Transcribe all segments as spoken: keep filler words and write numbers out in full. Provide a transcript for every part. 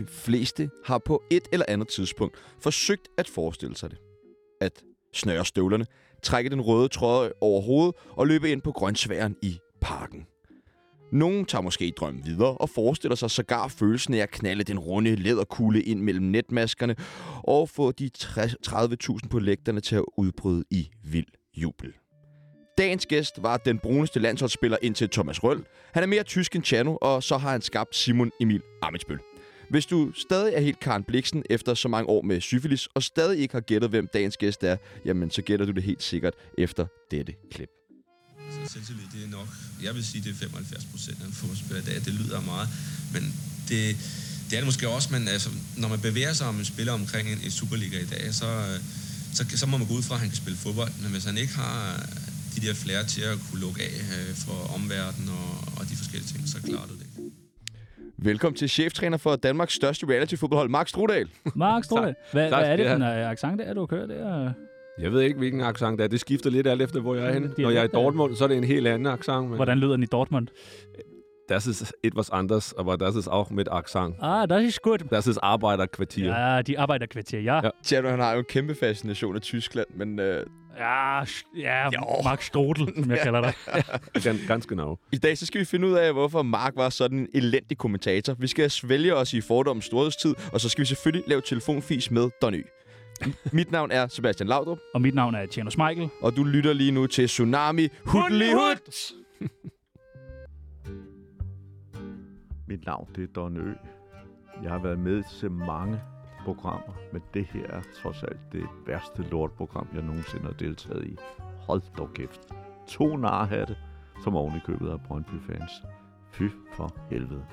De fleste har på et eller andet tidspunkt forsøgt at forestille sig det. At snøre støvlerne, trække den røde trøje over hovedet og løbe ind på grøntsværen i parken. Nogen tager måske drømmen videre og forestiller sig sågar følelsen af at knalde den runde læderkugle ind mellem netmaskerne og få de tredive tusind på lægterne til at udbryde i vild jubel. Dagens gæst var den bruneste landsholdsspiller indtil Thomas Røll. Han er mere tysk end Tjerno, og så har han skabt Simon Emil Ammitzbøll. Hvis du stadig er helt Karen Bliksen efter så mange år med syfilis, og stadig ikke har gættet, hvem dagens gæst er, jamen så gætter du det helt sikkert efter dette klip. Selvtillid, det er nok, jeg vil sige, det er femoghalvfjerds procent af en fodboldspiller i dag. Det lyder meget, men det, det er det måske også, men altså, når man bevæger sig om en spiller omkring en, en Superliga i dag, så, så, så må man gå ud fra, at han kan spille fodbold, men hvis han ikke har de der flere til at kunne lukke af for omverdenen og, og de forskellige ting, så klarer du det ikke. Velkommen til cheftræner for Danmarks største reality-fodboldhold, Mark Strudal. Mark Strudal. Hvad, tak, hvad er det ja. for en accent, der du kører der? Jeg ved ikke, hvilken accent det er. Det skifter lidt alt efter, hvor jeg er henne. Når jeg er i Dortmund, så er det en helt anden accent. Men hvordan lyder den i Dortmund? Das ist etwas anders, aber das ist auch mit Accent. Ah, das ist gut. Das ist Arbejderkvartier. Ja, de Arbejderkvartier, ja. ja. Tjerno, han har jo en kæmpe fascination af Tyskland, men... Øh... Ja, ja, Mark Strudel, som jeg kalder dig. ja. Ganz genau. I dag så skal vi finde ud af, hvorfor Mark var sådan en elendig kommentator. Vi skal svælge os i fordommens storhedstid, og så skal vi selvfølgelig lave telefonfis med Don Ø. Mit navn er Sebastian Laudrup. Og mit navn er Tjerno Schmeichel. Og du lytter lige nu til Tsunami Hudli-Hud. Mit navn det er Don Ø. Jeg har været med til mange programmer, men det her er trods alt det værste lortprogram, jeg nogensinde har deltaget i. Hold dog kæft. To narhatte, som oven i købet af Brøndby-fans. Fy for helvede.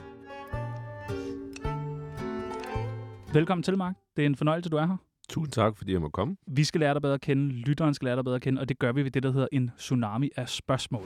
Velkommen til, Mark. Det er en fornøjelse, du er her. Tusind tak, fordi jeg må komme. Vi skal lære dig bedre at kende, lytteren skal lære dig bedre at kende, og det gør vi ved det, der hedder en tsunami af spørgsmål.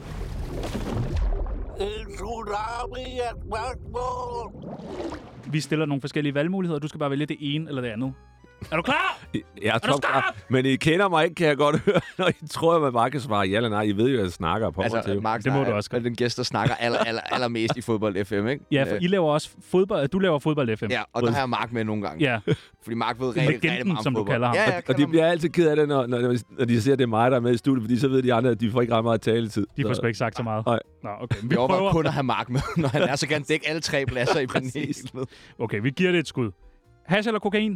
En tsunami af spørgsmål! Vi stiller nogle forskellige valgmuligheder, og du skal bare vælge det ene eller det andet. Er du klar? Jeg er, er klar? Men I kender mig ikke, kan jeg godt høre, når I tror, at man bare kan svare ja eller nej. I ved jo, at jeg snakker på altså, mig til. Mark, det må du også godt. Den gæst, der snakker aller, aller, allermest i fodbold F M, ikke? Ja, for I laver også fodbold. Du laver fodbold F M. Ja, og der har jeg Mark med nogle gange. Ja. Fordi Mark ved rigtig, Legenden, rigtig meget som om du kalder ham. Ja, og, og de bliver altid ked af det, når, når, når de ser, at det er mig, der er med i studiet, fordi så ved de andre, at de får ikke ret meget taletid. De får sgu ikke sagt så meget. Nej. Nå, okay. Vi, vi overvejer kun at have Mark med, når han er, så kan han dække alle tre pladser i panelet. Okay, vi giver det et skud. Hash eller kokain?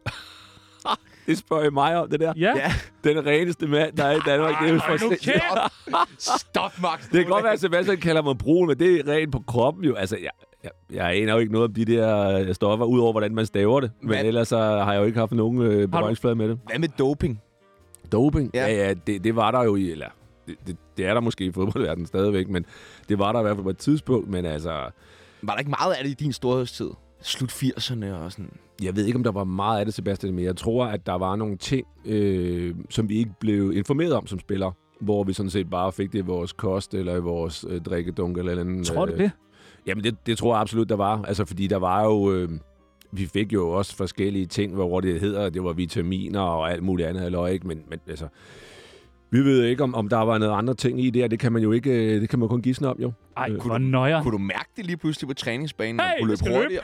Det spørger I mig om, det der. Ja. ja. Den reneste mand, der er i Danmark. Ej, det er jo for Stop, Stop Mark. Det kan godt være, at Sebastian kalder mig brun, men det er rent på kroppen jo. Altså, jeg, jeg, jeg aner jo ikke noget om de der stoffer, udover hvordan man staver det. Men Hvad? ellers så har jeg jo ikke haft nogen øh, berøringsflade med det. Hvad med doping? Doping? Ja, ja, ja det, det var der jo i, eller det, det, det er der måske i fodboldverdenen stadigvæk, men det var der i hvert fald på et tidspunkt, men altså... Var der ikke meget af det i din storhedstid? Slut firserne og sådan... Jeg ved ikke, om der var meget af det, Sebastian, men jeg tror, at der var nogle ting, øh, som vi ikke blev informeret om som spillere, hvor vi sådan set bare fik det i vores kost, eller i vores øh, drikkedunk, eller andet. Tror du det? Jamen, det, det tror jeg absolut, der var. Altså, fordi der var jo... Øh, vi fik jo også forskellige ting, hvor det hedder, det var vitaminer og alt muligt andet, eller ikke, men, men altså... Vi ved ikke, om, om der var noget andre ting i det, det kan man jo ikke, det kan man kun gisne om, jo. Ej, øh, hvor nøjer. Kunne du mærke det lige pludselig på træningsbanen, hey, og kunne løbe hurtigere?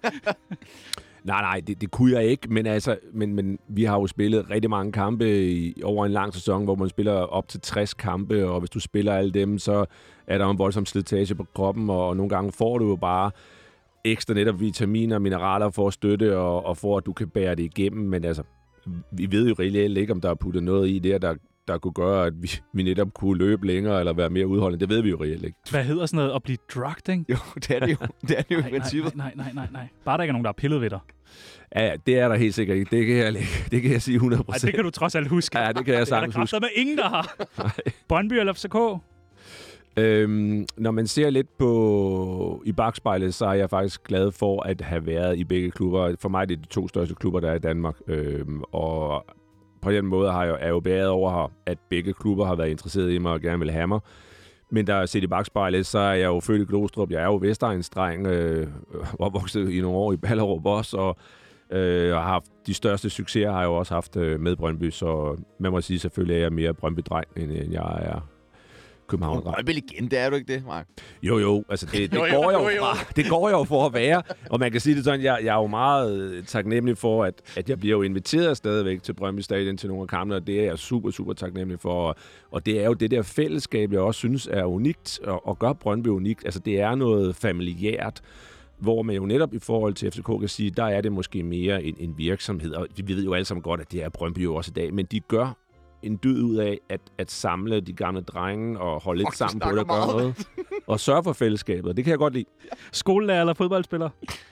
nej, nej, det, det kunne jeg ikke, men altså, men, men vi har jo spillet rigtig mange kampe i, over en lang sæson, hvor man spiller op til tres kampe, og hvis du spiller alle dem, så er der en voldsom slitage på kroppen, og, og nogle gange får du jo bare ekstra netop vitaminer og mineraler for at støtte, og, og for at du kan bære det igennem, men altså, vi ved jo reelt ikke, om der er puttet noget i det, der der kunne gøre, at vi, vi netop kunne løbe længere eller være mere udholdende. Det ved vi jo reelt ikke. Hvad hedder sådan noget at blive drugged, ikke? Jo, det er det jo. Det er det jo i princippet. Nej, nej, nej, nej. Bare der ikke er nogen, der har pillet ved dig. Ja, det er der helt sikkert ikke. Det kan jeg, det kan jeg sige hundrede procent. Ej, det kan du trods alt huske. Ja, det kan jeg sagtens huske. Det er der ingen, der har. Brøndby eller F C K? Øhm, når man ser lidt på i bagspejlet, så er jeg faktisk glad for at have været i begge klubber. For mig er det de to største klubber, der er i Danmark. Øhm, og på den måde har jeg, er jeg jo bæret over, at begge klubber har været interesseret i mig og gerne vil have mig. Men der er set i bagspejlet, så er jeg jo født i Glostrup. Jeg er jo Vestegnsdreng, øh, opvokset i nogle år i Ballerup også, og øh, har haft de største succeser har jeg jo også haft øh, med Brøndby, så man må sige selvfølgelig, at jeg er mere Brøndby-dreng, end, end jeg er København. Brøndby-legende, er du ikke det, Mark? Jo, jo. Altså, det, det, Jo, jo, går jeg jo, jo jo. fra, det går jeg jo for at være. Og man kan sige det sådan, jeg, jeg er jo meget taknemmelig for, at, at jeg bliver jo inviteret stadigvæk til Brøndby Stadion til nogle af kampene, og det er jeg super, super taknemmelig for. Og det er jo det der fællesskab, jeg også synes er unikt, og, og gør Brøndby unikt. Altså, det er noget familiært, hvor man jo netop i forhold til F C K kan sige, der er det måske mere en, en virksomhed. Og vi ved jo alle sammen godt, at det er Brøndby jo også i dag, men de gør en dyd ud af at, at samle de gamle drenge og holde lidt Fuck, sammen de på det og gøre snakker noget. Og sørge for fællesskabet. Det kan jeg godt lide. Skolelærer eller fodboldspiller?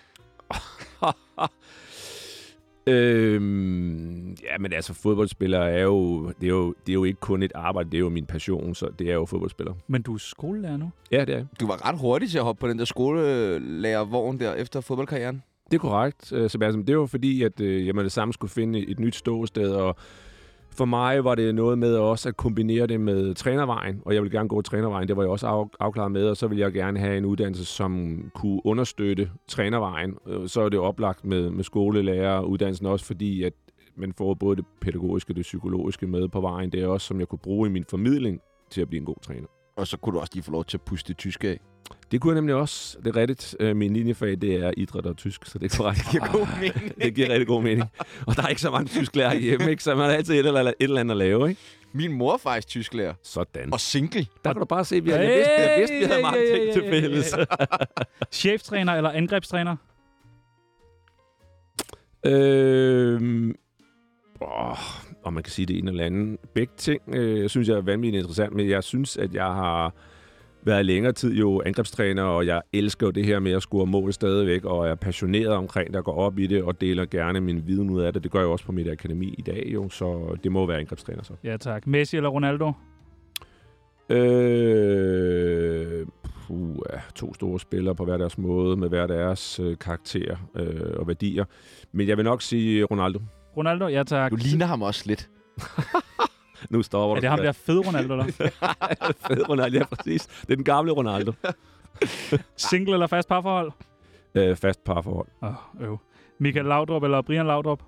øhm, ja, men altså fodboldspiller er jo det, er jo... det er jo ikke kun et arbejde, det er jo min passion, så det er jo fodboldspiller. Men du er skolelærer nu? Ja, det er. Du var ret hurtig til at hoppe på den der skolelærervogn der efter fodboldkarrieren. Det er korrekt, øh, Sebastian. Det var fordi, at øh, jeg med det samme skulle finde et nyt ståsted, og for mig var det noget med også at kombinere det med trænervejen, og jeg ville gerne gå trænervejen, det var jeg også af, afklaret med, og så ville jeg gerne have en uddannelse, som kunne understøtte trænervejen. Så er det oplagt med, med skolelæreruddannelsen også, fordi at man får både det pædagogiske og det psykologiske med på vejen. Det er også, som jeg kunne bruge i min formidling til at blive en god træner. Og så kunne du også lige få lov til at puste det tyske af. Det kunne jeg nemlig også. Det er rigtigt. Min linjefag, det er idræt og tysk, så det er korrekt. Det giver god mening. Det giver rigtig god mening. Og der er ikke så mange tysklærer hjemme, ikke? Så man har altid et eller, et eller andet at lave, ikke? Min mor er faktisk tysklærer. Sådan. Og single. Der kan du bare se, at vi har hey, vidst, jeg vidste, vi havde mange ting til fælles. Cheftræner eller angrebstræner? Øhm, åh, og man kan sige det ene eller andet. Begge ting, øh, jeg synes, jeg er vanvittigt interessant, men jeg synes, at jeg har været længere tid jo angrebstræner, og jeg elsker jo det her med at score mål stadigvæk, og er passioneret omkring, der går op i det, og deler gerne min viden ud af det. Det gør jeg også på mit akademi i dag, jo, så det må være angrebstræner så. Ja, tak. Messi eller Ronaldo? Øh, puh, ja, to store spillere på hver deres måde, med hver deres øh, karakter øh, og værdier. Men jeg vil nok sige Ronaldo. Ronaldo, ja tak. Du ligner ham også lidt. Nu stopper du. Er det ham der fede Ronaldo, der? Fed Ronaldo, ja, præcis. Det er den gamle Ronaldo. Single eller fast parforhold? Øh, fast parforhold. Åh, oh, øv. Michael Laudrup eller Brian Laudrup?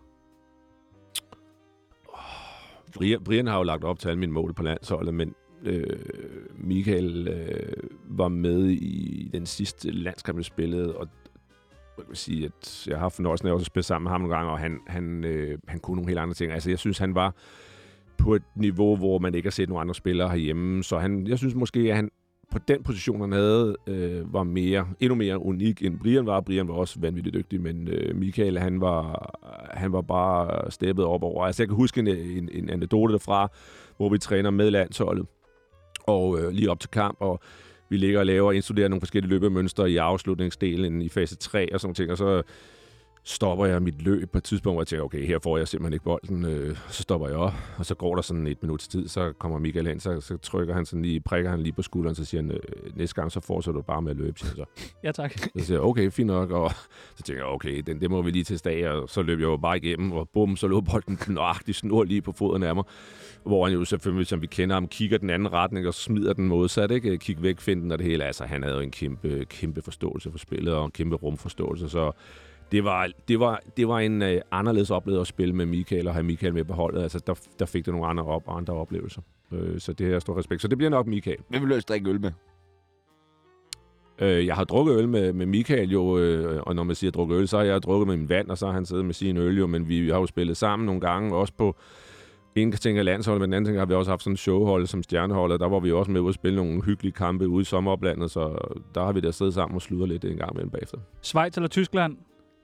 Brian, Brian har jo lagt op til alle mine mål på landsholdet, men øh, Michael øh, var med i den sidste landskamp, vi spillede, og jeg vil sige, at jeg har fornøjelsen af også at spille sammen med ham nogle gange, og han, han, øh, han kunne nogle helt andre ting. Altså, jeg synes, han var på et niveau, hvor man ikke har set nogle andre spillere herhjemme, så han, jeg synes måske, at han på den position, han havde, øh, var mere, endnu mere unik, end Brian var. Brian var også vanvittigt dygtig, men øh, Michael, han var, han var bare steppet op over. Altså, jeg kan huske en, en, en anekdote derfra, hvor vi træner med landsholdet, og øh, lige op til kamp, og vi ligger og laver og indstuderer nogle forskellige løbemønstre i afslutningsdelen i fase tre og sådan ting, og så stopper jeg mit løb på et tidspunkt, hvor jeg tænker, okay, her får jeg simpelthen ikke bolden. Øh, så stopper jeg op, og så går der sådan et minuts tid, så kommer Michael hen, så, så trykker han sådan lige, prikker han lige på skulderen, så siger han, øh, næste gang, så fortsætter du bare med at løbe, siger han så. Ja, tak. Så siger jeg, okay, fint nok, og så tænker jeg, okay, den, det må vi lige teste af, og så løb jeg jo bare igennem, og bum, så lå bolden nøjagtigt snor lige på foden af mig, hvor han jo selvfølgelig, som vi kender ham, kigger den anden retning, og smider den modsat, ikke? Kig væk, find den, og det hele. Altså, han havde jo en kæmpe, kæmpe forståelse for spillet, og en kæmpe rumforståelse, så Det var, det var, det var en øh, anderledes oplevelse at spille med Michael og have Michael med på holdet. Altså, der, der fik det nogle andre, op, andre oplevelser. Øh, så det har jeg stor respekt. Så det bliver nok Michael. Hvem vil du ellers drikke øl med? Øh, jeg har drukket øl med, med Michael jo, øh, og når man siger drukket øl, så har jeg drukket med min vand, og så har han siddet med sin øl jo, men vi har jo spillet sammen nogle gange, også på en ting af landsholdet, men den anden ting har vi også haft sådan en showhold som stjerneholdet. Der var vi også med ude at spille nogle hyggelige kampe ude i sommeroplandet, så der har vi da siddet sammen og sludret lidt en gang imellem bagefter. Schweiz eller Tyskland?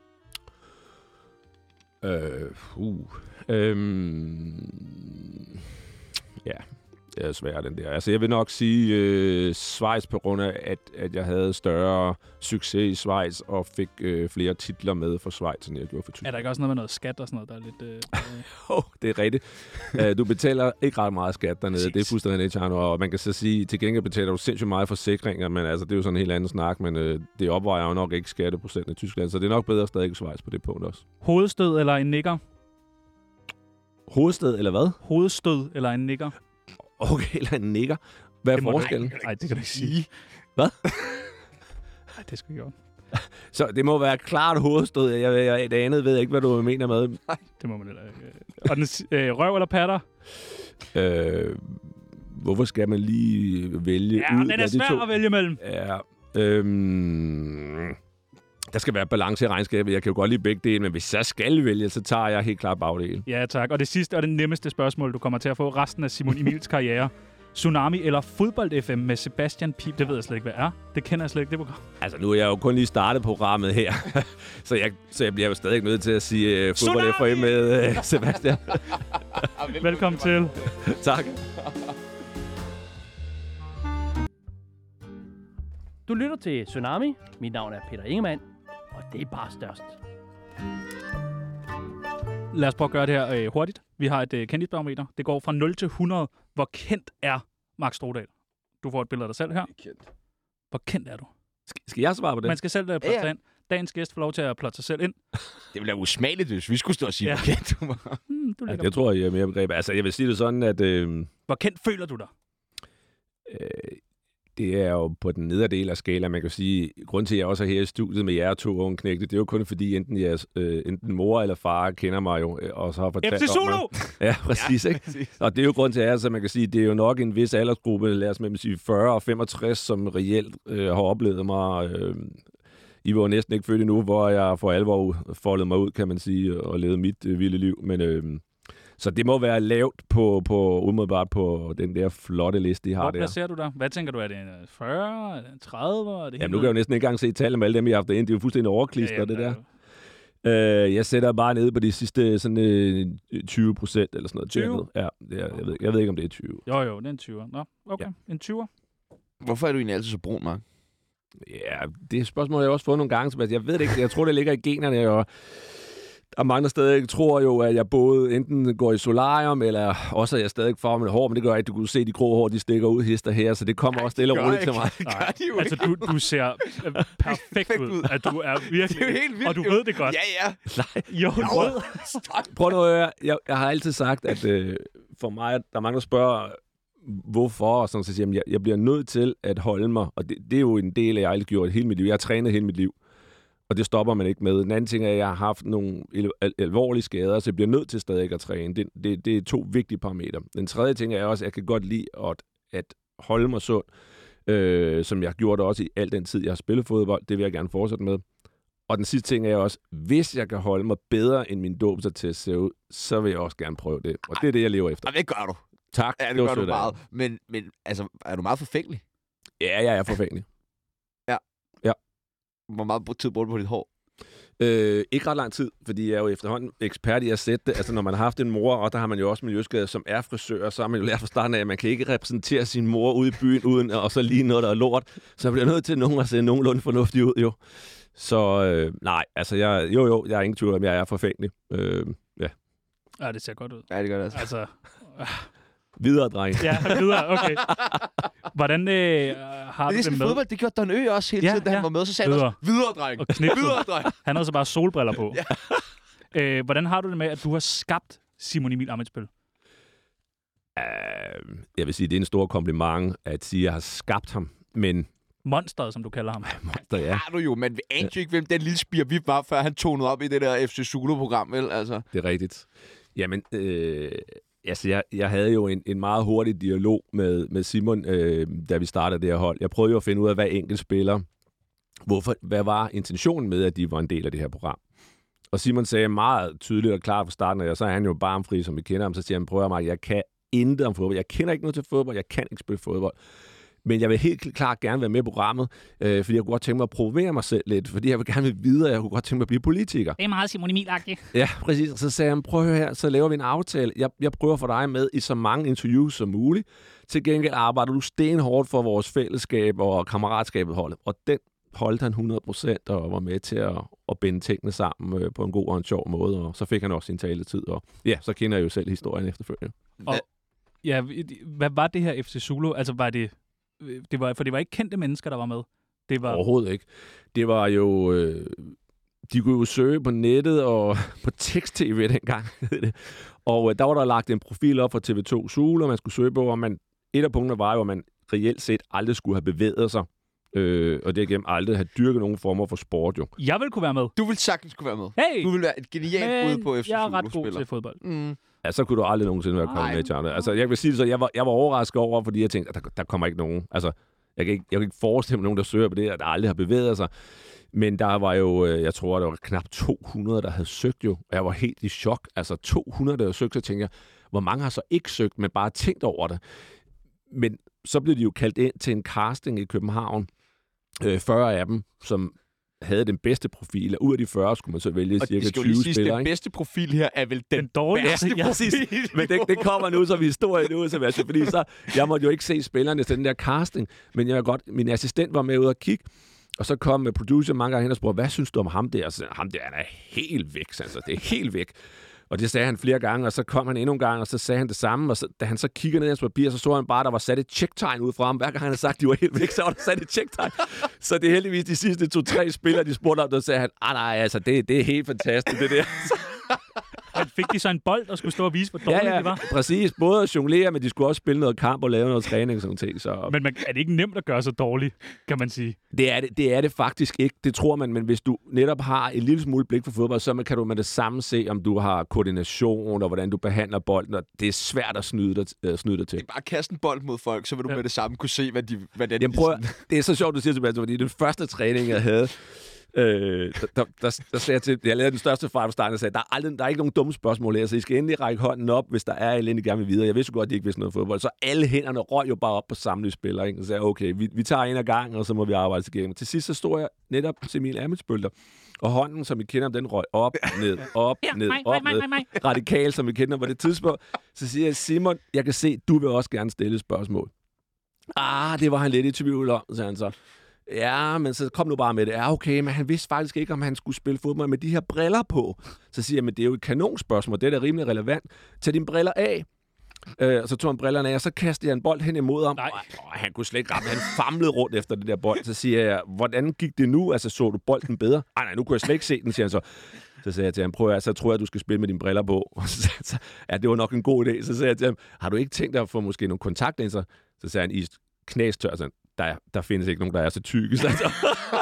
Øh, uh, øhm, ja, det er svært den der. Altså, jeg vil nok sige øh, Schweiz på grund af, at, at jeg havde større succes i Schweiz og fik øh, flere titler med for Schweiz, end jeg gjorde for Tyskland. Er der ikke også noget med noget skat og sådan noget, der er lidt... Øh, oh, det er rigtigt. uh, du betaler ikke ret meget skat dernede. Præcis. Det er fuldstændig ikke, og man kan så sige, til gengæld betaler du sindssygt meget forsikringer, men altså, det er jo sådan en helt anden snak, men øh, det opvejer jo nok ikke skatteprocenten i Tyskland, så det er nok bedre stadig i Schweiz på det punkt også. Hovedstød eller en nikker? Hovedsted eller hvad? Hovedstød eller en nikker? Okay, eller en nikker. Hvad er forskellen? Nej, det kan du ikke sige. Hvad? Nej, det skal jeg gøre. Så det må være klart hovedstød. Jeg, jeg, jeg, det andet ved jeg ikke, hvad du mener med. Nej, det må man heller ikke. Og den øh, røv eller patter? Øh, hvorfor skal man lige vælge Ja, ud den er af de svær to? at vælge mellem. Ja, øhm, der skal være balance i regnskabet. Jeg kan jo godt lide begge dele, men hvis jeg skal vælge, så tager jeg helt klart bagdelen. Ja, tak. Og det sidste og det nemmeste spørgsmål, du kommer til at få resten af Simon Emils karriere. Tsunami eller Fodbold F M med Sebastian Pib, det ved jeg slet ikke, hvad er. Det kender jeg slet ikke, det program. Altså, nu er jeg jo kun lige startet programmet her, så, jeg, så jeg bliver jo stadig nødt til at sige uh, Fodbold F M med uh, Sebastian. Velkommen til. Tak. Du lytter til Tsunami. Mit navn er Peter Ingemann, og det er bare størst. Lad os prøve at gøre det her øh, hurtigt. Vi har et øh, kendisbarometer. Det går fra nul til hundrede. Hvor kendt er Max Strodal? Du får et billede af dig selv her. Hvor kendt er du? Skal, skal jeg svare på det? Man skal selv uh, plotte Ja, ja. sig ind. Dagens gæst får lov til at plotte sig selv ind. Det ville være usmageligt, hvis vi skulle stå og sige, Ja. hvor kendt du var. Hmm, du Ja, ligger. jeg tror, jeg er mere begreb. Altså, jeg vil sige det sådan, at øh, Hvor kendt føler du dig? øh, det er jo på den nedre del af skalaen, man kan sige. Grunden til, at jeg også er her i studiet med jer to unge knægte, det er jo kun fordi, enten, jeres, øh, enten mor eller far kender mig jo, øh, og så har fortalt F C om Zulu! mig. Ja, præcis, ja, ikke? præcis. Og det er jo grund til, at man kan sige, det er jo nok en vis aldersgruppe, lad os med sige fyrre og femogtres, som reelt øh, har oplevet mig. Øh, I var jo næsten ikke født endnu, hvor jeg for alvor foldet mig ud, kan man sige, og levet mit øh, vilde liv. Men, øh, så det må være lavt på, på umiddelbart på den der flotte liste, I har Hvor der. placerer du dig? Hvad tænker du? Er det en fyrre? Er det en tredive? Er det Jamen, nu kan jeg jo næsten ikke engang se tallet med alle dem, I har haft ind. Det er jo fuldstændig overklister, det der. Øh, jeg sætter bare ned på de sidste sådan, øh, tyve procent eller sådan noget. tyve? Dernede. Ja, det er, jeg, ved, jeg ved ikke, om det er tyve. Jo, jo, det er en tyver. Nå, okay. Ja. En tyver. Hvorfor er du egentlig altid så brun, Mark? Ja, det spørgsmål har jeg også fået nogle gange. Jeg ved det ikke. Jeg tror, det ligger i generne. Og der er mange, der stadig tror jo, at jeg både enten går i solarium, eller også at jeg stadig får mit hår, men det gør ikke. Du kunne se, de grå hår, de stikker ud hister her, så det kommer også stille og roligt til mig. Nej, altså du, du ser øh, perfekt ud. At du er virkelig... Det er jo helt vildt, og du jo. ved det godt. Ja, ja. Nej. Jo, du ved. Prøv nu at høre. Jeg, jeg har altid sagt, at øh, for mig, der er mange, der spørger, hvorfor, og sådan, så siger jeg, jeg, jeg bliver nødt til at holde mig, og det, det er jo en del af, jeg aldrig gjort hele mit liv. Jeg har trænet hele mit liv, og det stopper man ikke med. Den anden ting er, at jeg har haft nogle al- alvorlige skader, så jeg bliver nødt til stadig at træne. Det, det, det er to vigtige parametre. Den tredje ting er også, at jeg kan godt lide at, at holde mig sund, øh, som jeg har gjort også i al den tid, jeg har spillet fodbold. Det vil jeg gerne fortsætte med. Og den sidste ting er også, hvis jeg kan holde mig bedre end min dåbsattest ser ud, så vil jeg også gerne prøve det. Og det er det, jeg lever efter. Og det gør du. Tak. Ja, det, var gør du sødt af jer. meget. Men, men altså, er du meget forfængelig? Ja, jeg er forfængelig. Hvor meget tid bruger du på dit hår? Øh, ikke ret lang tid, fordi jeg er jo efterhånden ekspert i at sætte det. Altså, når man har haft en mor, og der har man jo også miljøskade, som er frisør, så har man jo lært fra starten af, at man kan ikke repræsentere sin mor ude i byen, uden og så lige noget, der er lort. Så jeg bliver nødt til nogen at se nogenlunde fornuftig ud, jo. Så øh, nej, altså, jeg, jo jo, jeg er ingen tvivl om, jeg er forfængelig. Øh, ja. Ja, det ser godt ud. Ja, det gør det altså. Altså, Videre, dreng. ja, videre, okay. Hvordan øh, har Det er du det sådan med? fodbold, det gjorde Don Ø også hele Ja, tiden, da han ja. var med. Så sagde han Videre. også, videre, dreng. Og knipset. Videre, dreng. Han havde så bare solbriller på. Ja. Øh, hvordan har du det med, at du har skabt Simon Emil Ammitzbøll? Uh, jeg vil sige, det er en stor kompliment at sige, at jeg har skabt ham, men Monsteret, som du kalder ham. monster, ja, Har du jo, men vi anede jo ikke, hvem den lille spire vi var, før han tonede op i det der F C Zulu-program, vel? Altså. det er rigtigt. Jamen, øh, altså, jeg, jeg havde jo en, en meget hurtig dialog med, med Simon, øh, da vi startede det her hold. Jeg prøvede jo at finde ud af, hvad enkelt spiller, hvorfor, hvad var intentionen med, at de var en del af det her program. Og Simon sagde meget tydeligt og klart fra starten, og så er han jo barmfri, som vi kender ham, så siger han, prøv at mig, jeg kan intet om fodbold. Jeg kender ikke noget til fodbold, jeg kan ikke spille fodbold. Men jeg vil helt klart gerne være med i programmet, øh, fordi jeg kunne godt tænke mig at provokere mig selv lidt, fordi jeg vil gerne vil videre, jeg kunne godt tænke mig at blive politiker. Det er meget Simon Emil-agtigt. Ja, præcis. Og så sagde han, prøv at høre her, så laver vi en aftale. Jeg, jeg prøver at få dig med i så mange interviews som muligt. Til gengæld arbejder du stenhårdt for vores fællesskab og kammeratskabet holdet. Og den holdt han hundrede procent og var med til at, at binde tingene sammen øh, på en god og en sjov måde. Og så fik han også sin taletid. Og ja, så kender jeg jo selv historien efterfølgende. Og, ja, hvad var det her F C Zulu? Altså, var det... det var, for det var ikke kendte mennesker, der var med. Det var... Overhovedet ikke. Det var jo... Øh, de kunne jo søge på nettet og på tekst-tv dengang. og øh, der var der lagt en profil op for T V to Zulu, og man skulle søge på, og man, et af punkterne var jo, at man reelt set aldrig skulle have bevæget sig. Øh, og derigennem aldrig have dyrket nogen former for sport, jo. Jeg vil kunne være med. Du vil sagtens kunne være med. Hey! Du vil være et genialt bud på F C jeg er ret god Zulu-spiller. til fodbold. Mm. Ja, så kunne du aldrig nogensinde være kommet med, Charlie. Altså, jeg vil sige det så, jeg var, jeg var overrasket over, fordi jeg tænkte, at der, der kommer ikke nogen. Altså, jeg kan ikke, jeg kan ikke forestille mig nogen, der søger på det, at der aldrig har bevæget sig. Men der var jo, jeg tror, der var knap to hundrede, der havde søgt jo. Og jeg var helt i chok. Altså, to hundrede, der havde søgt, så tænkte jeg, hvor mange har så ikke søgt, men bare tænkt over det. Men så blev de jo kaldt ind til en casting i København. Øh, fyrre af dem, som havde den bedste profil. Og ud af de fyrre skulle man så vælge cirka tyve spillere. Den bedste profil her er vel den, Den dårligste. værste Ja, profil. Men det, det kommer nu som historie nu, Sebastian, fordi så, jeg måtte jo ikke se spillerne til den der casting, men jeg var godt, min assistent var med ud og kigge, og så kom producer mange gange hen og spurgte, hvad synes du om ham der? Så ham der, han er helt væk, altså, det er helt væk. Og det sagde han flere gange, og så kom han endnu en gang, og så sagde han det samme, og så, da han så kigger ned i hans papir, så så han bare, der var sat et checktegn ud fra ham. Hver gang han havde sagt, at de var helt væk, så var der sat et checktegn. Så det er heldigvis de sidste to-tre spillere, de spurgte om, der sagde han, ah nej, altså, det, det er helt fantastisk, det der. Men fik de så en bold, og skulle stå og vise, hvor dårligt ja, ja, det var? Præcis. Både at jonglere, men de skulle også spille noget kamp og lave noget træning og sådan ting. Så... Men man, er det ikke nemt at gøre så dårligt, kan man sige? Det er det, det er det faktisk ikke. Det tror man, men hvis du netop har et lille smule blik for fodbold, så kan du med det samme se, om du har koordination og hvordan du behandler bolden. Og det er svært at snyde dig, uh, snyde dig til. Det er bare kaste en bold mod folk, så vil du ja. med det samme kunne se, hvad de... Hvad den Jamen, prøv, det er så sjovt, du siger, Sebastian, fordi den første træning, jeg havde, Øh, der, der, der, der sagde jeg til, jeg lavede den største fejl fra starten, og sagde, der er, aldrig, der er ikke nogen dumme spørgsmål her, så I skal endelig række hånden op, hvis der er et eller andet, I gerne vil videre. Jeg vidste jo godt, at de ikke vidste noget fodbold. Så alle hænderne røg jo bare op på samlede spillere, ikke? Og så sagde jeg, okay, vi, vi tager en af gangen, og så må vi arbejde til igennem. Til sidst så stod jeg netop til Emil Amitsbøl, og hånden, som I kender, den røg op, ned, op, ned, op, ned. Radikal, som I kender på det tidspunkt. Så siger jeg, Simon, jeg kan se, du vil også gerne stille et spørgsmål. Ah, det var han lidt i tvivl om, sagde han så. Ja, men så kom nu bare med det. Ja, okay, men han vidste faktisk ikke, om han skulle spille fodbold med de her briller på. Så siger jeg, men det er jo et kanonspørgsmål. Det er da rimelig relevant. Tag dine briller af. Øh, og så tog han brillerne af, og så kastede jeg en bold hen imod ham. Nej. Og han kunne slet ikke ramme. Han famlede rundt efter det der bold. Så siger jeg, hvordan gik det nu? Altså, så du bolden bedre? Nej, nej, nu kunne jeg slet ikke se den, siger han så. Så sagde jeg til ham, prøv at så tror jeg, du skal spille med dine briller på. Og så sagde han så, ja, det var nok en god idé. Så sagde jeg til ham, har du ikke tænkt dig at få måske nogle kontaktlinser? Så sagde han, i knæstør, sådan. Der, der findes ikke nogen, der er så tykke. Altså.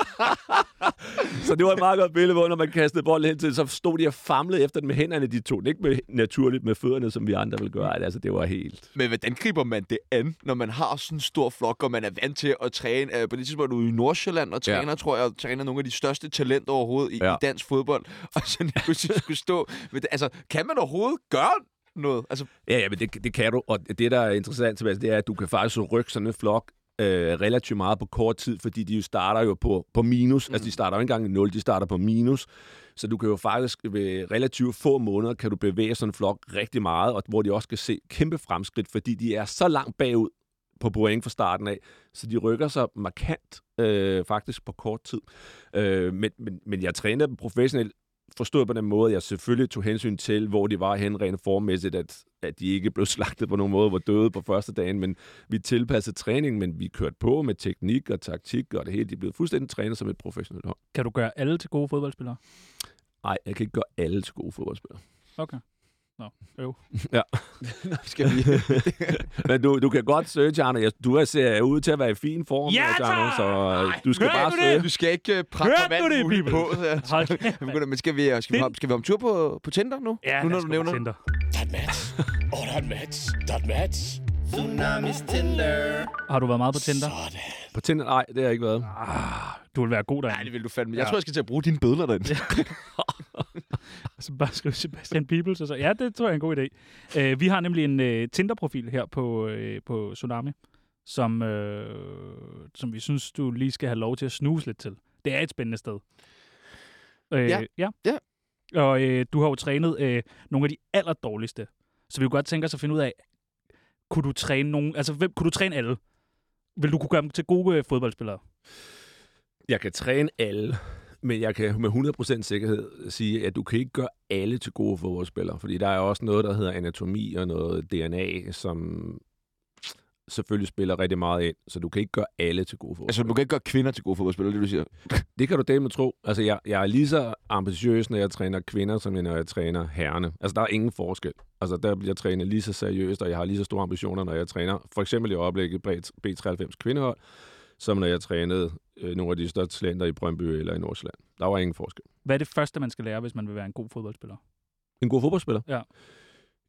Så det var et meget godt billede, hvor når man kastede bolden hen til, så stod de og famlede efter den med hænderne, de to. Ikke med, naturligt med fødderne, som vi andre vil gøre. Altså, det var helt... Men hvordan griber man det an, når man har sådan en stor flok, og man er vant til at træne? På det tidspunkt er du i Nordsjælland og træner, ja. tror jeg, og træner nogle af de største talenter overhovedet i, ja. i dansk fodbold. Og så pludselig skulle stå... Men det, altså, kan man overhovedet gøre noget? Altså... Ja, ja, men det, det kan du. Og det, der er interessant, Sebastian, det er, at du kan faktisk rykke sådan en flok Øh, relativt meget på kort tid, fordi de jo starter jo på, på minus. Mm. Altså, de starter jo ikke engang i nul, de starter på minus. Så du kan jo faktisk ved relativt få måneder, kan du bevæge sådan en flok rigtig meget, og hvor de også kan se kæmpe fremskridt, fordi de er så langt bagud på point fra starten af, så de rykker sig markant øh, faktisk på kort tid. Øh, men, men, men jeg trænede dem professionelt, forstået på den måde, jeg selvfølgelig tog hensyn til, hvor de var hen rent formmæssigt, at, at de ikke blev slagtet på nogen måde, var døde på første dagen, men vi tilpassede træningen, men vi kørte på med teknik og taktik, og det hele, de blev fuldstændig trænet som et professionelt hold. Kan du gøre alle til gode fodboldspillere? Nej, jeg kan ikke gøre alle til gode fodboldspillere. Okay. Nå, øv. Ja. Skal vi... Men du, du kan godt søge, Tjerno. Du ser ud til at være i fin form, ja, Tjerno, så Nej. du skal Hør bare du søge. Du skal ikke presse vand muligt på. Men skal vi, skal, vi om, skal vi om tur på, på Tinder nu? Ja, nu, når du nævner Der er et match. Åh, der er et match. Der er et match. Tsunamis Tinder. Har du været meget på Tinder? Sådan. På Tinder? Nej, det har jeg ikke været. Ah, du vil være god derinde. Nej, det vil du fandme. Jeg ja. tror, jeg skal til at bruge dine billeder derinde. Så bare skrive Sebastian Peebles, og så ja, det tror jeg er en god idé. Uh, vi har nemlig en uh, Tinder-profil her på, uh, på Tsunami, som, uh, som vi synes, du lige skal have lov til at snuse lidt til. Det er et spændende sted. Uh, ja. ja. ja. Og uh, du har jo trænet uh, nogle af de allerdårligste. Så vi kunne godt tænke os at finde ud af, kunne du træne nogen, altså hvem, kunne du træne alle? Vil du kunne gøre dem til gode uh, fodboldspillere? Jeg kan træne alle. Men jeg kan med hundrede procent sikkerhed sige, at du kan ikke gøre alle til gode fodboldspillere, fordi der er også noget, der hedder anatomi og noget D N A, som selvfølgelig spiller rigtig meget ind, så du kan ikke gøre alle til gode fodboldspillere. Altså, du kan ikke gøre kvinder til gode fodboldspillere, det du siger? Det kan du dele med tro. Altså, jeg, jeg er lige så ambitiøs, når jeg træner kvinder, som når jeg træner herrerne. Altså, der er ingen forskel. Altså, der bliver jeg trænet lige så seriøst, og jeg har lige så store ambitioner, når jeg træner. For eksempel i oplægget B treoghalvfems kvindehold, som når jeg trænede øh, nogle af de største talenter i Brøndby eller i Nordsjælland. Der var ingen forskel. Hvad er det første, man skal lære, hvis man vil være en god fodboldspiller? En god fodboldspiller? Ja.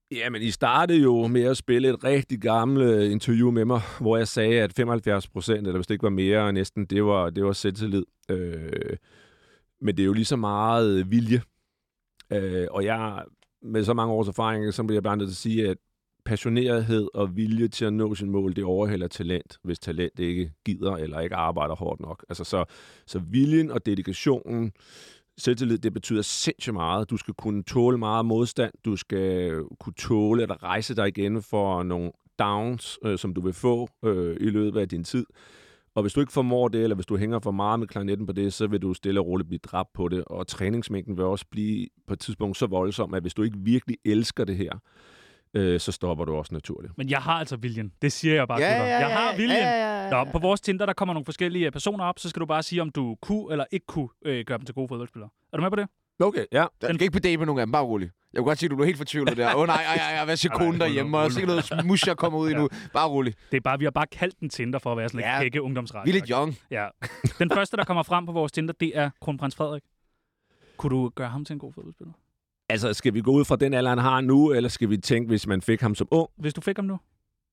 Ja, men I startede jo med at spille et rigtig gammelt interview med mig, hvor jeg sagde, at femoghalvfjerds procent, eller hvis det ikke var mere næsten, det var, det var selvtillid. Øh, men det er jo lige så meget vilje. Øh, og jeg, med så mange års erfaring, så bliver jeg bare nødt til at sige, at passionerethed og vilje til at nå sin mål, det overhælder talent, hvis talent ikke gider eller ikke arbejder hårdt nok. Altså så, så viljen og dedikationen, selvtillid, det betyder sindssygt meget. Du skal kunne tåle meget modstand. Du skal kunne tåle at rejse dig igen for nogle downs, øh, som du vil få øh, i løbet af din tid. Og hvis du ikke formår det, eller hvis du hænger for meget med klarinetten på det, så vil du stille og roligt blive dræbt på det. Og træningsmængden vil også blive på et tidspunkt så voldsom, at hvis du ikke virkelig elsker det her, øh, så stopper du også naturligt. Men jeg har altså viljen. Det siger jeg bare Ja, til dig. ja, ja, Jeg har viljen. ja, ja, ja. Nå, på vores Tinder, der kommer nogle forskellige personer op, så skal du bare sige, om du kunne eller ikke kunne øh, gøre dem til gode fodboldspillere. Er du med på det? Okay, ja. Jeg skal ikke på date med nogen af dem, bare rolig. Jeg kunne godt sige, at du er helt fortvivlet der. Åh oh, nej, ej, ej, hvad siger Nej, nej, konen derhjemme? rolig, Og sikkert noget smush, jeg kommer ud i nu. Bare rolig. Det er bare, vi har bare kaldt den Tinder for at være sådan Ja. lidt kække ungdomsret. Vi er lidt young. Ja. Den første, der kommer frem på vores Tinder, det er kronprins Frederik. Kunne du gøre ham til en god fodboldspiller? Altså, skal vi gå ud fra den alder, han har nu, eller skal vi tænke, hvis man fik ham som ung? Hvis du fik ham nu?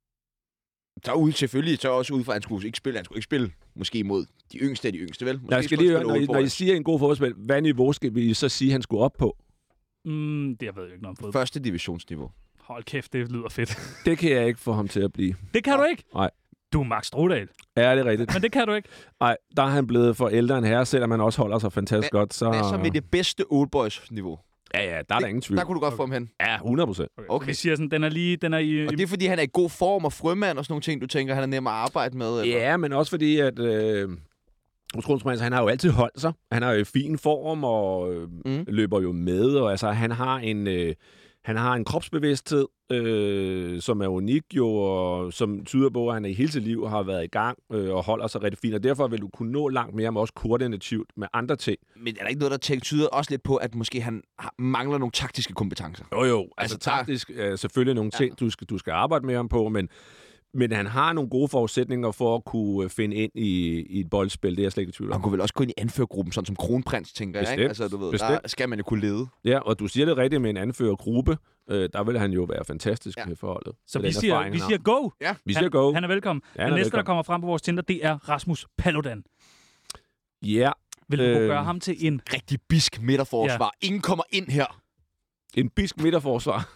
Så ud selvfølgelig, så også ud fra, at han skulle ikke spille. Han skulle ikke spille måske mod de yngste af de yngste, vel? Måske Jeg skal skulle lige han høre, spille når, I, old når I boys. siger en god fodboldspil, hvad niveau skal vi så sige, han skulle op på? Mm, det jeg ved jeg ikke noget om fodbold. Første divisionsniveau. Hold kæft, det lyder fedt. Det kan jeg ikke få ham til at blive. Det kan du ikke? Nej. Du er Max Strudal. Er det rigtigt? Men det kan du ikke. Nej, der er han blevet for ældre end herre, selvom han også holder sig fantastisk Hvad- godt. Så... Hvad så med det bedste old boys niveau? Ja, ja, der er der ingen tvivl. Der kunne du godt få ham hen. Ja, hundrede procent. Okay. Okay. Vi siger sådan, den er lige, den er i... Og det er fordi, han er i god form og frømand og sådan nogle ting, du tænker, han er nem at arbejde med? Eller? Ja, men også fordi, at øh, Kronprins, han har jo altid holdt sig. Han er jo i fin form og øh, Mm. løber jo med. Og altså, han har en... Øh, Han har en kropsbevidsthed, øh, som er unik jo, og som tyder på, at han i hele sit liv har været i gang øh, og holder sig rigtig fint. Og derfor vil du kunne nå langt mere, men også koordinativt med andre ting. Men er der ikke noget, der tænker, tyder også lidt på, at måske han har, mangler nogle taktiske kompetencer? Jo jo, altså, Altså, altså der- taktisk er selvfølgelig nogle Ja. ting, du skal, du skal arbejde med ham på, men, men han har nogle gode forudsætninger for at kunne finde ind i, i et boldspil. Det er jeg slet ikke i tvivl Han om. kunne vel også gå ind i anførergruppen, sådan som kronprins, tænker jeg. Ikke? Bestemt. Altså, du ved, Bestemt. der skal man jo kunne lede. Ja, og du siger det rigtigt med en anførergruppe. Øh, der vil han jo være fantastisk Ja. ja. for holdet. Så med vi den siger, erfaring, vi han siger go. Ja. Vi siger han, go. Han er velkommen. Ja, han Den er næste, der velkommen. kommer frem på vores Tinder, det er Rasmus Paludan. Ja, Vil du Øh, gøre ham til en... Rigtig bisk midterforsvar. Ja. Ingen kommer ind her. en bisk midterforsvar.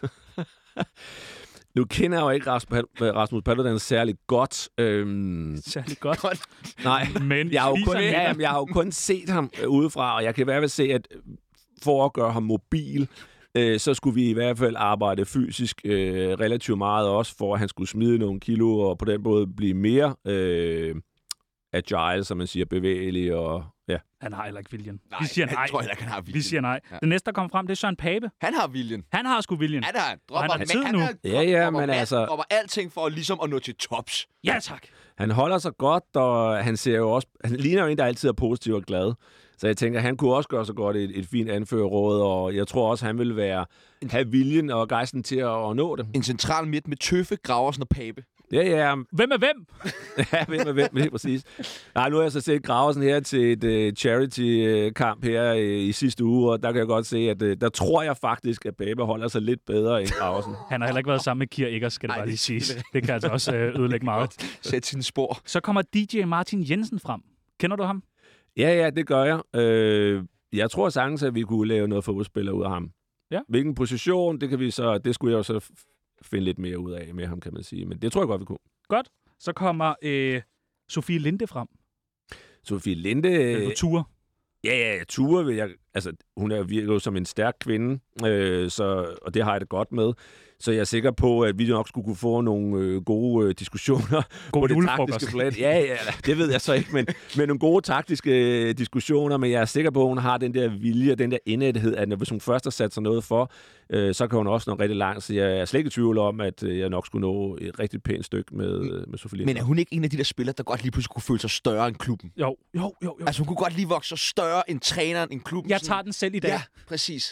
Nu kender jeg jo ikke Rasmus, Rasmus Paludan særlig godt. Øhm, Særlig godt. Godt. nej, Men jeg har, jo spiser kun, han ja, ikke. jamen, jeg har jo kun set ham øh, udefra, og jeg kan i hvert fald se, at for at gøre ham mobil, øh, så skulle vi i hvert fald arbejde fysisk øh, relativt meget også, for at han skulle smide nogle kilo, og på den måde blive mere øh, agile, som man siger, bevægelig. Og, ja. Han har heller ikke viljen. Nej, vi siger nej. jeg tror heller ikke, han har viljen. Vi siger nej. Ja. Den næste, der kommer frem, det er Søren Pape. Han har viljen. Han har sgu viljen. Han har, dropper, han har men tid han nu. er- Ja, ja, dropper men alt- altså- dropper alting for ligesom at nå til tops. Ja, tak. Han holder sig godt, og han ser jo også... Han ligner jo en, der altid er positiv og glad. Så jeg tænker, han kunne også gøre sig godt et, et fint anførerråd, og jeg tror også, han vil være have viljen og gejsten til at, at nå det. En central midt med Tøffe, Graversen og Pape. Ja, ja, Hvem er hvem? ja, hvem er hvem, det er præcis. Nej, nu har jeg så set Graversen her til et uh, charity-kamp her uh, i sidste uge, og der kan jeg godt se, at uh, der tror jeg faktisk, at Pape holder sig lidt bedre end Graversen. Han har heller ikke været sammen med Kier Eggers, skal det Ej, bare det- lige siges. Det kan altså også øh, ødelægge meget. Sæt sine spor. Så kommer D J Martin Jensen frem. Kender du ham? Ja, ja, det gør jeg. Øh, jeg tror sagtens, at vi kunne lave noget fodboldspiller ud af ham. Ja. Hvilken position, det kan vi så, det skulle jeg jo så f- finde lidt mere ud af med ham, kan man sige. Men det tror jeg godt, vi kunne. Godt. Så kommer øh, Sofie Linde frem. Sofie Linde... Vil du ture? Ja, ja, ja, Ture vil jeg... Altså, hun er virker jo som en stærk kvinde, øh, så, og det har jeg det godt med. Så jeg er sikker på, at vi nok skulle kunne få nogle øh, gode øh, diskussioner God på det julefrokost. taktiske plan. Ja, ja, det ved jeg så ikke, men, men nogle gode taktiske øh, diskussioner, men jeg er sikker på, at hun har den der vilje, den der indæthed, at når, hvis hun først har sat sig noget for, øh, så kan hun også nå rigtig langt. Så jeg er slet ikke i tvivl om, at øh, jeg nok skulle nå et rigtig pænt stykke med, med Sofie Linde. Men er hun ikke en af de der spillere, der godt lige pludselig kunne føle sig større end klubben? Jo, jo, jo. jo. Altså, hun kunne godt lige vokse sig større end træneren, end klubben. Jeg sådan- tager den selv i dag. Ja, præcis.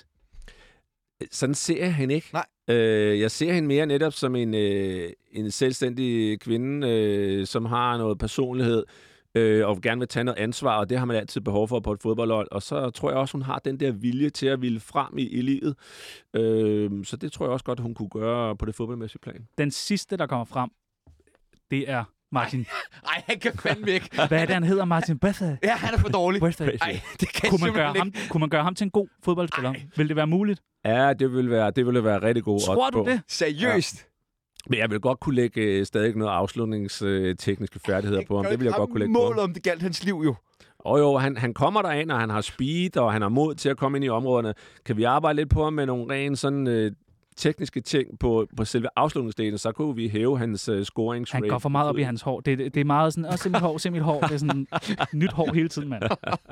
Sådan ser jeg hende ikke. Nej. Øh, jeg ser hende mere netop som en, øh, en selvstændig kvinde, øh, som har noget personlighed, øh, og gerne vil tage noget ansvar, og det har man altid behov for på et fodboldhold. Og så tror jeg også, hun har den der vilje til at ville frem i, i livet. Øh, så det tror jeg også godt, hun kunne gøre på det fodboldmæssige plan. Den sidste, der kommer frem, det er Martin. Ej, han kan fandme ikke. Hvad er det, han hedder? Martin Birthday? Ja, han er for dårlig. Birthday. Ej, det kan Kunne man, gøre simpelthen ham, ikke. kunne man gøre ham til en god fodboldspiller? Ej. Vil det være muligt? Ja, det ville være, det ville være rigtig god Tror du det? Seriøst? Men jeg vil godt kunne lægge øh, stadig noget afslutningstekniske færdigheder på ham. Det vil jeg godt kunne lægge på mål ham. om det galt hans liv jo. Og jo, han, han kommer derind, og han har speed, og han har mod til at komme ind i områderne. Kan vi arbejde lidt på ham med nogle rent sådan øh, tekniske ting på, på selve afslutningsdelen, så kunne vi hæve hans øh, scoringsrate. Han går for meget op i hans hår. Det, det, det er meget sådan, åh, se mit hår, se mit hår. Det er sådan nyt hår hele tiden, mand.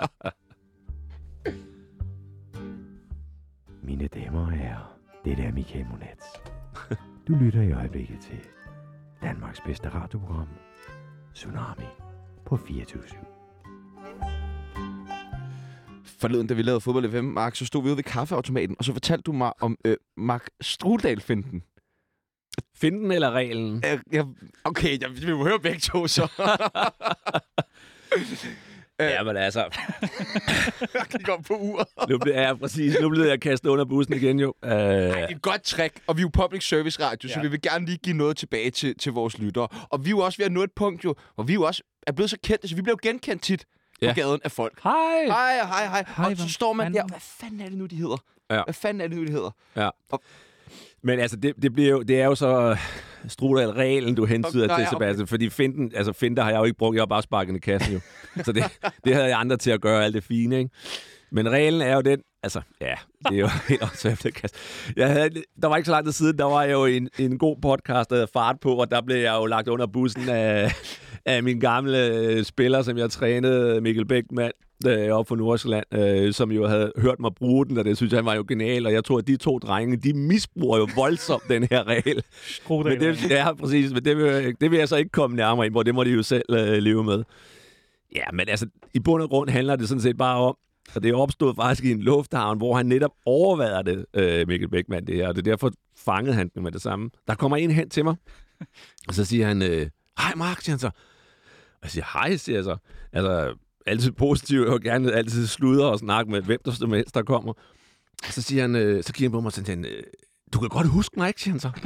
Mine damer og herrer, det er Michael Monats. Du lytter i øjeblikket til Danmarks bedste radioprogram, Tsunami på fireogtyve syv. Forleden, da vi lavede fodbold F M, Mark, så stod vi ude ved kaffeautomaten, og så fortalte du mig om øh, Mark Strudal-finden. Finden eller reglen? Øh, jeg, okay, jeg, vi må høre begge to, så. Ja, men altså... Jeg kan gå på uret. nu blev jeg præcis, nu blev jeg kastet under bussen igen, jo. Uh... Ej, et godt trick, og vi er jo public service radio, ja. Så vi vil gerne lige give noget tilbage til, til vores lyttere. Og vi er jo også ved at nå et punkt, jo, hvor vi jo også er blevet så kendte, så vi bliver jo genkendt tit ja. på gaden af folk. Hej! Hej, hej, hej. Hej, og så står man fanden? der, hvad fanden er det nu, de hedder? Ja. Hvad fanden er det nu, de hedder? Ja. Og... Men altså, det, det, bliver jo, det er jo så Strudal-reglen, du hentyder Okay, til, ja, Sebastian. okay. Fordi finden, altså finter har jeg jo ikke brugt, jeg har bare sparket i kassen jo. Så det, det havde jeg andre til at gøre alt det fine, ikke? Men reglen er jo den, altså, ja, det er jo helt opsøgende kast. Jeg havde, der var ikke så lang tid siden, der var jeg jo en, en god podcast, der havde fart på, og der blev jeg jo lagt under bussen af, af min gamle spiller, som jeg trænede, Mikkel Bækman, oppe fra Nordsjælland, øh, som jo havde hørt mig bruge den, og det synes jeg, han var jo genial, og jeg tror, at de to drenge, de misbruger jo voldsomt den her regel. Men det, ja, præcis, men det vil, det vil jeg så ikke komme nærmere ind på, det må de jo selv øh, leve med. Ja, men altså, i bund og grund handler det sådan set bare om, og det er opstået faktisk i en lufthavn, hvor han netop overvejede det, øh, Mikkel Bækman, det her, og det er derfor fangede han den med det samme. Der kommer en hen til mig, og så siger han, øh, hej Mark, siger han så. Og jeg siger, hej, siger jeg så. Altså, altid positiv, og gerne altid sludre og snakke med hvem der som helst, der kommer. Og så siger han, øh, så kigger han på mig og siger han, øh, du kan godt huske mig, ikke, siger han så.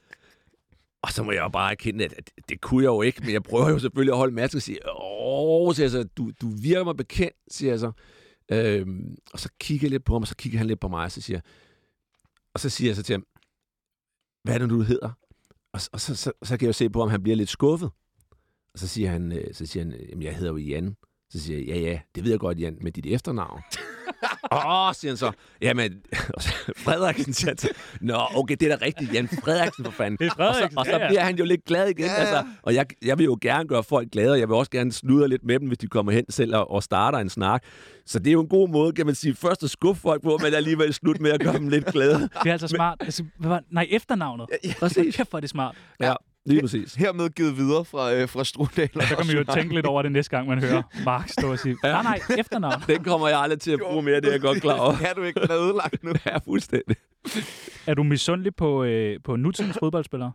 Og så må jeg jo bare erkende, at det, det kunne jeg jo ikke, men jeg prøver jo selvfølgelig at holde masken og sige, åh, siger jeg så, du, du virker mig bekendt, siger jeg så. Øhm, og så kigger jeg lidt på ham, og så kigger han lidt på mig, og så siger, og så siger jeg så til ham, hvad er det nu, du hedder? Og, og så, så, så kan jeg jo se på, om han bliver lidt skuffet. Og så siger han, øh, så siger han, jamen jeg hedder jo Jan. Så siger jeg, ja ja, det ved jeg godt, Jan, med dit efternavn. Åh, oh, siger han så. Jamen, Frederiksen, siger han så. Nå, okay, det er da rigtigt, Jan Frederiksen, for fanden. Det er Frederiksen, og så, og så ja, ja. bliver han jo lidt glad igen. Ja. Altså, og jeg, jeg vil jo gerne gøre folk glade, og jeg vil også gerne sludre lidt med dem, hvis de kommer hen selv og, og starter en snak. Så det er jo en god måde, kan man sige, først at skuffe folk på, men alligevel slut med at gøre dem lidt glade. Det er altså smart. Altså, hvad var, nej, efternavnet. Ja, præcis. Kæft, hvor er det smart. Ja, lige præcis. Hermed givet videre fra, øh, fra Strudal. Så kan man jo tænke lidt over det næste gang, man hører Mark stå og sige, nej, nej, efternavn. Den kommer jeg aldrig til at bruge mere, det er jeg godt klar over. Er du ikke blevet ødelagt nu? Ja, fuldstændig. Er du misundelig på, øh, på nutidens fodboldspillere?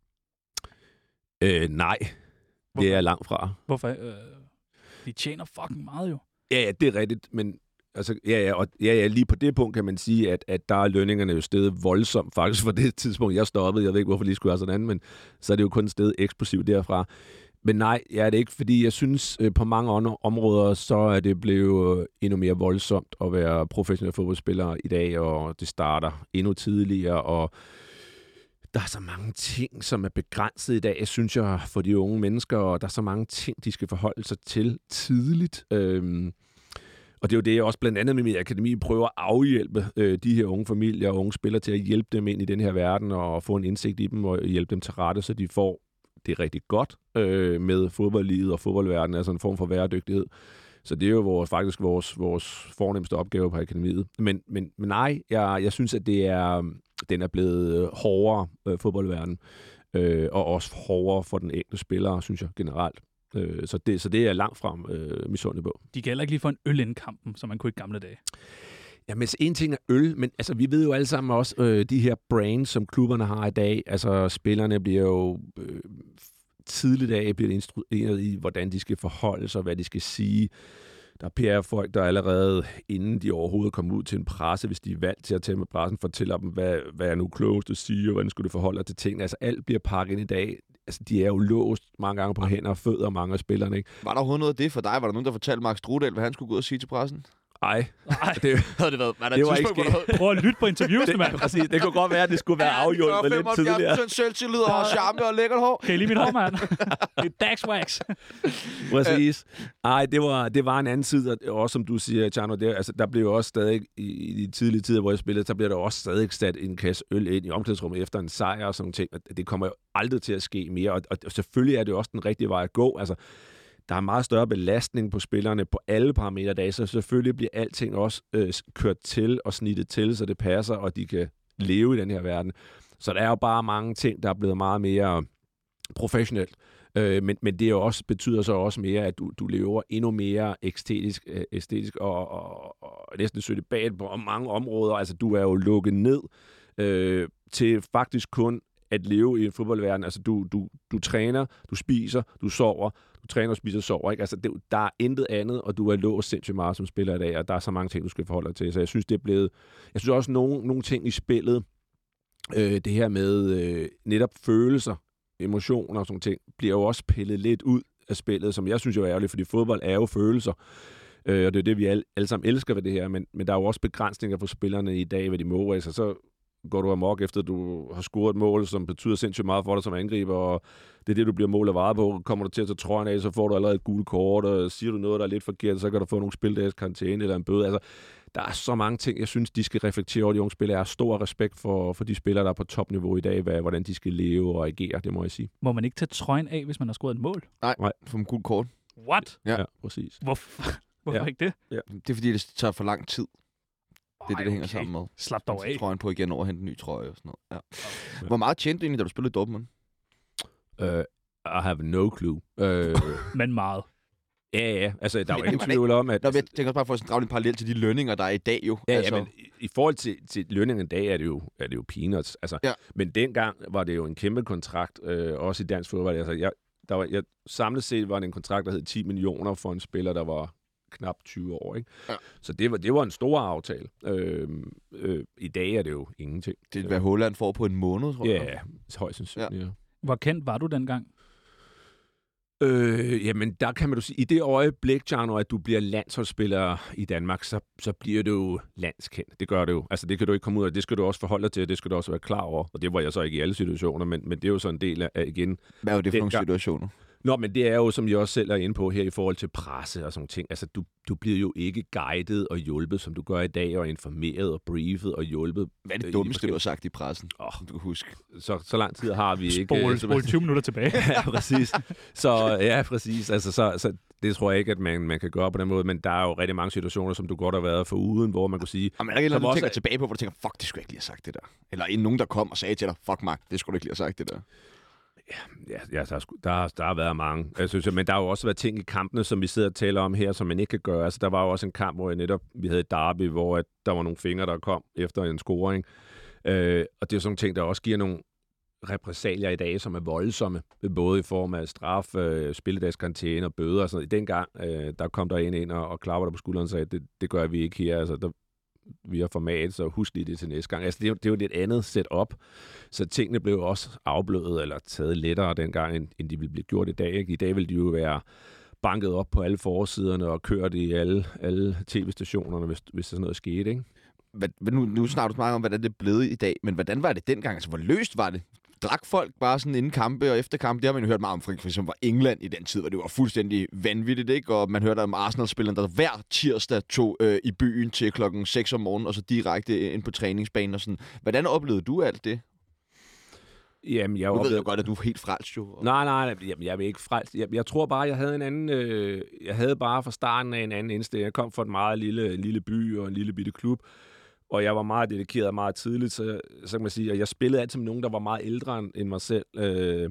Øh, nej, det er jeg langt fra. Hvorfor? Øh, de tjener fucking meget jo. Ja, ja, det er rigtigt, men altså, ja, ja, og, ja, ja, lige på det punkt kan man sige, at, at der er lønningerne jo steget voldsomt faktisk for det tidspunkt, jeg stoppede. Jeg ved ikke, hvorfor lige skulle være sådan, men så er det jo kun steget eksplosivt derfra. Men nej, ja, det er ikke, fordi jeg synes, øh, på mange andre områder, så er det blevet endnu mere voldsomt at være professionel fodboldspiller i dag, og det starter endnu tidligere, og der er så mange ting, som er begrænset i dag, synes jeg, for de unge mennesker, og der er så mange ting, de skal forholde sig til tidligt. Øhm, og det er jo det, jeg også blandt andet med min akademi prøver at afhjælpe øh, de her unge familier og unge spillere til at hjælpe dem ind i den her verden, og få en indsigt i dem, og hjælpe dem til rette, så de får det rigtig godt øh, med fodboldlivet og fodboldverdenen, altså en form for bæredygtighed. Så det er jo vores, faktisk vores, vores fornemmeste opgave på akademiet. Men, men, men nej, jeg, jeg synes, at det er, den er blevet hårdere, øh, fodboldverden, øh, og også hårdere for den enkelte spiller, synes jeg generelt. Øh, så, det, så det er jeg langt frem øh, misundelig på. De kan heller ikke lige få en øl inden kampen, som man kunne i gamle dage. Jamen, en ting er øl, men altså, vi ved jo alle sammen også, øh, de her brands, som klubberne har i dag, altså spillerne bliver jo øh, tidligt af bliver instrueret i, hvordan de skal forholde sig, hvad de skal sige. Der er P R-folk, der allerede, inden de overhovedet kommer ud til en presse, hvis de er valgt til at tale med pressen, fortæller dem, hvad, hvad er nu klogest at sige, og hvordan skulle du forholde dig til tingene. Altså alt bliver pakket ind i dag. Altså, de er jo låst mange gange på hænder og fødder, mange af spillerne, ikke? Var der overhovedet noget af det for dig? Var der nogen, der fortalte Max Strudal, hvad han skulle gå ud og sige til pressen? Ej. Nej. Det, havde det været. Var der det et var tidspunkt, ikke hvor der Prøv at lytte på interviewsene, mand. Præcis. Det kunne godt være, at det skulle være afhjulpet lidt tidligere. femoghalvfjerds procent selvtillid og charme og lækkert hår. Kan I lide mit hår, mand? Det er Daxwax. Præcis. Ej, det var, det var en anden tid, og også som du siger, Tjerno, det, altså, der blev også stadig, i, i de tidlige tider, hvor jeg spillede, der blev der også stadig sat en kasse øl ind i omklædningsrummet efter en sejr og sådan ting. Det kommer jo aldrig til at ske mere, og, og selvfølgelig er det jo også den rigtige vej at gå. Altså, der er meget større belastning på spillerne på alle parametre i dag, så selvfølgelig bliver alting også øh, kørt til og snittet til, så det passer, og de kan leve i den her verden. Så der er jo bare mange ting, der er blevet meget mere professionelt. Øh, men, men det jo også, betyder så også mere, at du, du lever endnu mere æstetisk, øh, æstetisk og, og, og næsten celibat på mange områder. Altså, du er jo lukket ned øh, til faktisk kun at leve i en fodboldverden. Altså, du, du, du træner, du spiser, du sover, du træner og spiser og sover, ikke? Altså, det, der er intet andet, og du er låst sindssygt meget som spiller i dag, og der er så mange ting, du skal forholde dig til. Så jeg synes, det er blevet... Jeg synes også, nogle, nogle ting i spillet, øh, det her med øh, netop følelser, emotioner og sådan ting, bliver jo også pillet lidt ud af spillet, som jeg synes jo er ærgerligt, fordi fodbold er jo følelser. Øh, og det er det, vi alle, alle sammen elsker ved det her, men, men der er jo også begrænsninger for spillerne i dag, hvad de må. Altså, så går du amok efter, du har scoret et mål, som betyder sindssygt meget for dig som angriber, og det er det, du bliver mål af varet på. Kommer du til at tage trøjen af, så får du allerede et gult kort, og siger du noget, der er lidt forkert, så kan du få nogle spildags karantæne eller en bøde. Altså, der er så mange ting, jeg synes, de skal reflektere over de unge spillere. Jeg har stor respekt for, for de spillere, der er på topniveau i dag, hvad, hvordan de skal leve og agere, det må jeg sige. Må man ikke tage trøjen af, hvis man har scoret et mål? Nej, Nej. For en gult kort. What? Ja, ja præcis. Hvorfor, Hvorfor ja. ikke det? Ja. Det er, fordi det tager for lang tid. Det er det, det hænger okay. sammen med. Slap dog af. Trøjen på igen over at hente en ny trøje og sådan noget. Ja. Okay. Hvor meget tjente du egentlig, da du spillede i Dortmund? Uh, I have no clue. Uh, Men meget. Ja, ja. Altså, der er jo ingen tvivl om, at... Nå, jeg tænker også bare for at drage en parallel til de lønninger, der er i dag jo. Ja, altså. ja, men i, i forhold til, til lønningen i dag, er det jo, er det jo peanuts. Altså, ja. Men dengang var det jo en kæmpe kontrakt, øh, også i dansk fodbold. Altså, jeg, der var, jeg, samlet set var det en kontrakt, der hed ti millioner for en spiller, der var knap tyve år. Ikke? Ja. Så det var, det var en stor aftale. Øh, øh, I dag er det jo ingenting. Det er, hvad Haaland får på en måned, tror jeg. Ja, højst sandsynligt, ja. ja. Hvor kendt var du dengang? Øh, jamen, der kan man jo sige, i det øjeblik, Tjerno, at du bliver landsholdsspiller i Danmark, så, så bliver du jo landskendt. Det gør det jo. Altså, det kan du ikke komme ud af. Det skal du også forholde dig til, og det skal du også være klar over. Og det var jeg så ikke i alle situationer, men, men det er jo så en del af, igen... Hvad er jo det for nogle situationer? Nå, men det er jo, som jeg også selv er inde på her, i forhold til presse og sådan ting. Altså, du, du bliver jo ikke guidet og hjulpet, som du gør i dag, og informeret og briefet og hjulpet. Hvad er det dummeste, du har sagt i pressen? Åh, oh, du kan huske. Så, så lang tid har vi ikke. Spol, spol tyve minutter tilbage. Ja, præcis. Så, ja, præcis. Altså, så, så det tror jeg ikke, at man, man kan gøre på den måde, men der er jo rigtig mange situationer, som du godt har været for uden, hvor man kunne sige... Og man er ikke noget, du tænker er... tilbage på, hvor du tænker, fuck, det skulle jeg ikke lige have sagt det der. Eller en nogen, der kom og sagde til dig, fuck Mark, det skulle du ikke lige have sagt det der. Ja, ja der, der, der har været mange. Jeg synes, men der har jo også været ting i kampene, som vi sidder og taler om her, som man ikke kan gøre. Altså, der var jo også en kamp, hvor jeg netop, vi havde et derby, hvor at der var nogle fingre, der kom efter en scoring. Øh, og det er sådan nogle ting, der også giver nogle repressalier i dag, som er voldsomme. Både i form af straf, øh, spilledagskarantæne og bøder og sådan noget. I dengang, øh, der kom der en ind og, og klapper der på skulderen og sagde, det, det gør vi ikke her. Altså, der, vi har format, så husk lige det til næste gang. Altså, det er jo, det er jo et andet setup, så tingene blev også afblødet eller taget lettere dengang, end, end de ville blive gjort i dag. Ikke? I dag vil de jo være banket op på alle forsiderne og kørt i alle, alle tv-stationerne, hvis, hvis sådan noget skete. Ikke? Hvad, nu, nu snakker du meget om, hvordan det er blevet i dag, men hvordan var det dengang? Altså, hvor løst var det? Drak folk bare sådan inden kampe og efter kampe? Det har man jo hørt meget om, for eksempel var England i den tid, hvor det var fuldstændig vanvittigt, ikke? Og man hørte om Arsenal-spilleren, der hver tirsdag tog øh, i byen til klokken seks om morgenen, og så direkte ind på træningsbanen og sådan. Hvordan oplevede du alt det? Jamen, jeg du oplevede... ved jo godt, at du er helt frelst jo. Nej, nej, jamen, jeg er ikke frelst. Jeg, jeg tror bare, jeg havde en anden... Øh, jeg havde bare fra starten af en anden indstilling. Jeg kom fra en meget lille, lille by og en lille bitte klub, og jeg var meget dedikeret meget tidligt, så, så kan man sige, at jeg spillede altid med nogen, der var meget ældre end mig selv. Øh,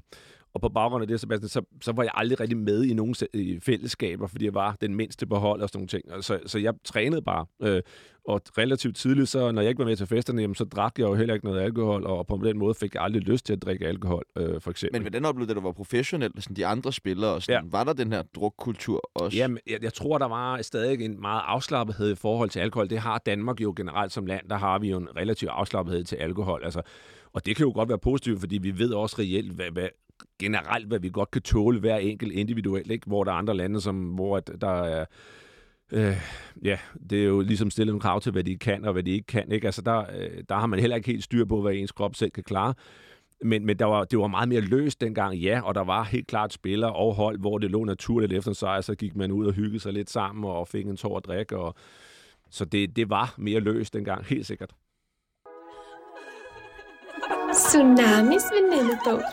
Og på baggrund af det, Sebastian, så, så var jeg aldrig rigtig med i nogen i fællesskaber, fordi jeg var den mindste på hold og sådan nogle ting. Så, så jeg trænede bare. Øh, og relativt tidligt, så når jeg ikke var med til festerne, jamen, så drak jeg jo heller ikke noget alkohol, og på den måde fik jeg aldrig lyst til at drikke alkohol, øh, for eksempel. Men hvordan oplevede det, at du var professionel, sådan de andre spillere, og sådan, ja. Var der den her drukkultur også? Jamen, jeg, jeg tror, der var stadig en meget afslappethed i forhold til alkohol. Det har Danmark jo generelt som land, der har vi jo en relativ afslappethed til alkohol. Altså, og det kan jo godt være positivt, fordi vi ved også reelt, hvad, hvad generelt, hvad vi godt kan tåle hver enkelt individuelt, ikke? Hvor der er andre lande, som, hvor der er... Øh, ja, det er jo ligesom stillet nogle krav til, hvad de kan og hvad de ikke kan. Ikke? Altså, der, øh, der har man heller ikke helt styr på, hvad ens krop selv kan klare. Men, men der var, det var meget mere løst dengang, ja, og der var helt klart spillere og hold, hvor det lå naturligt efter en sejr, så gik man ud og hyggede sig lidt sammen og fik en tår at drikke. Og... Så det, det var mere løst dengang, helt sikkert. Tsunamis venindebog.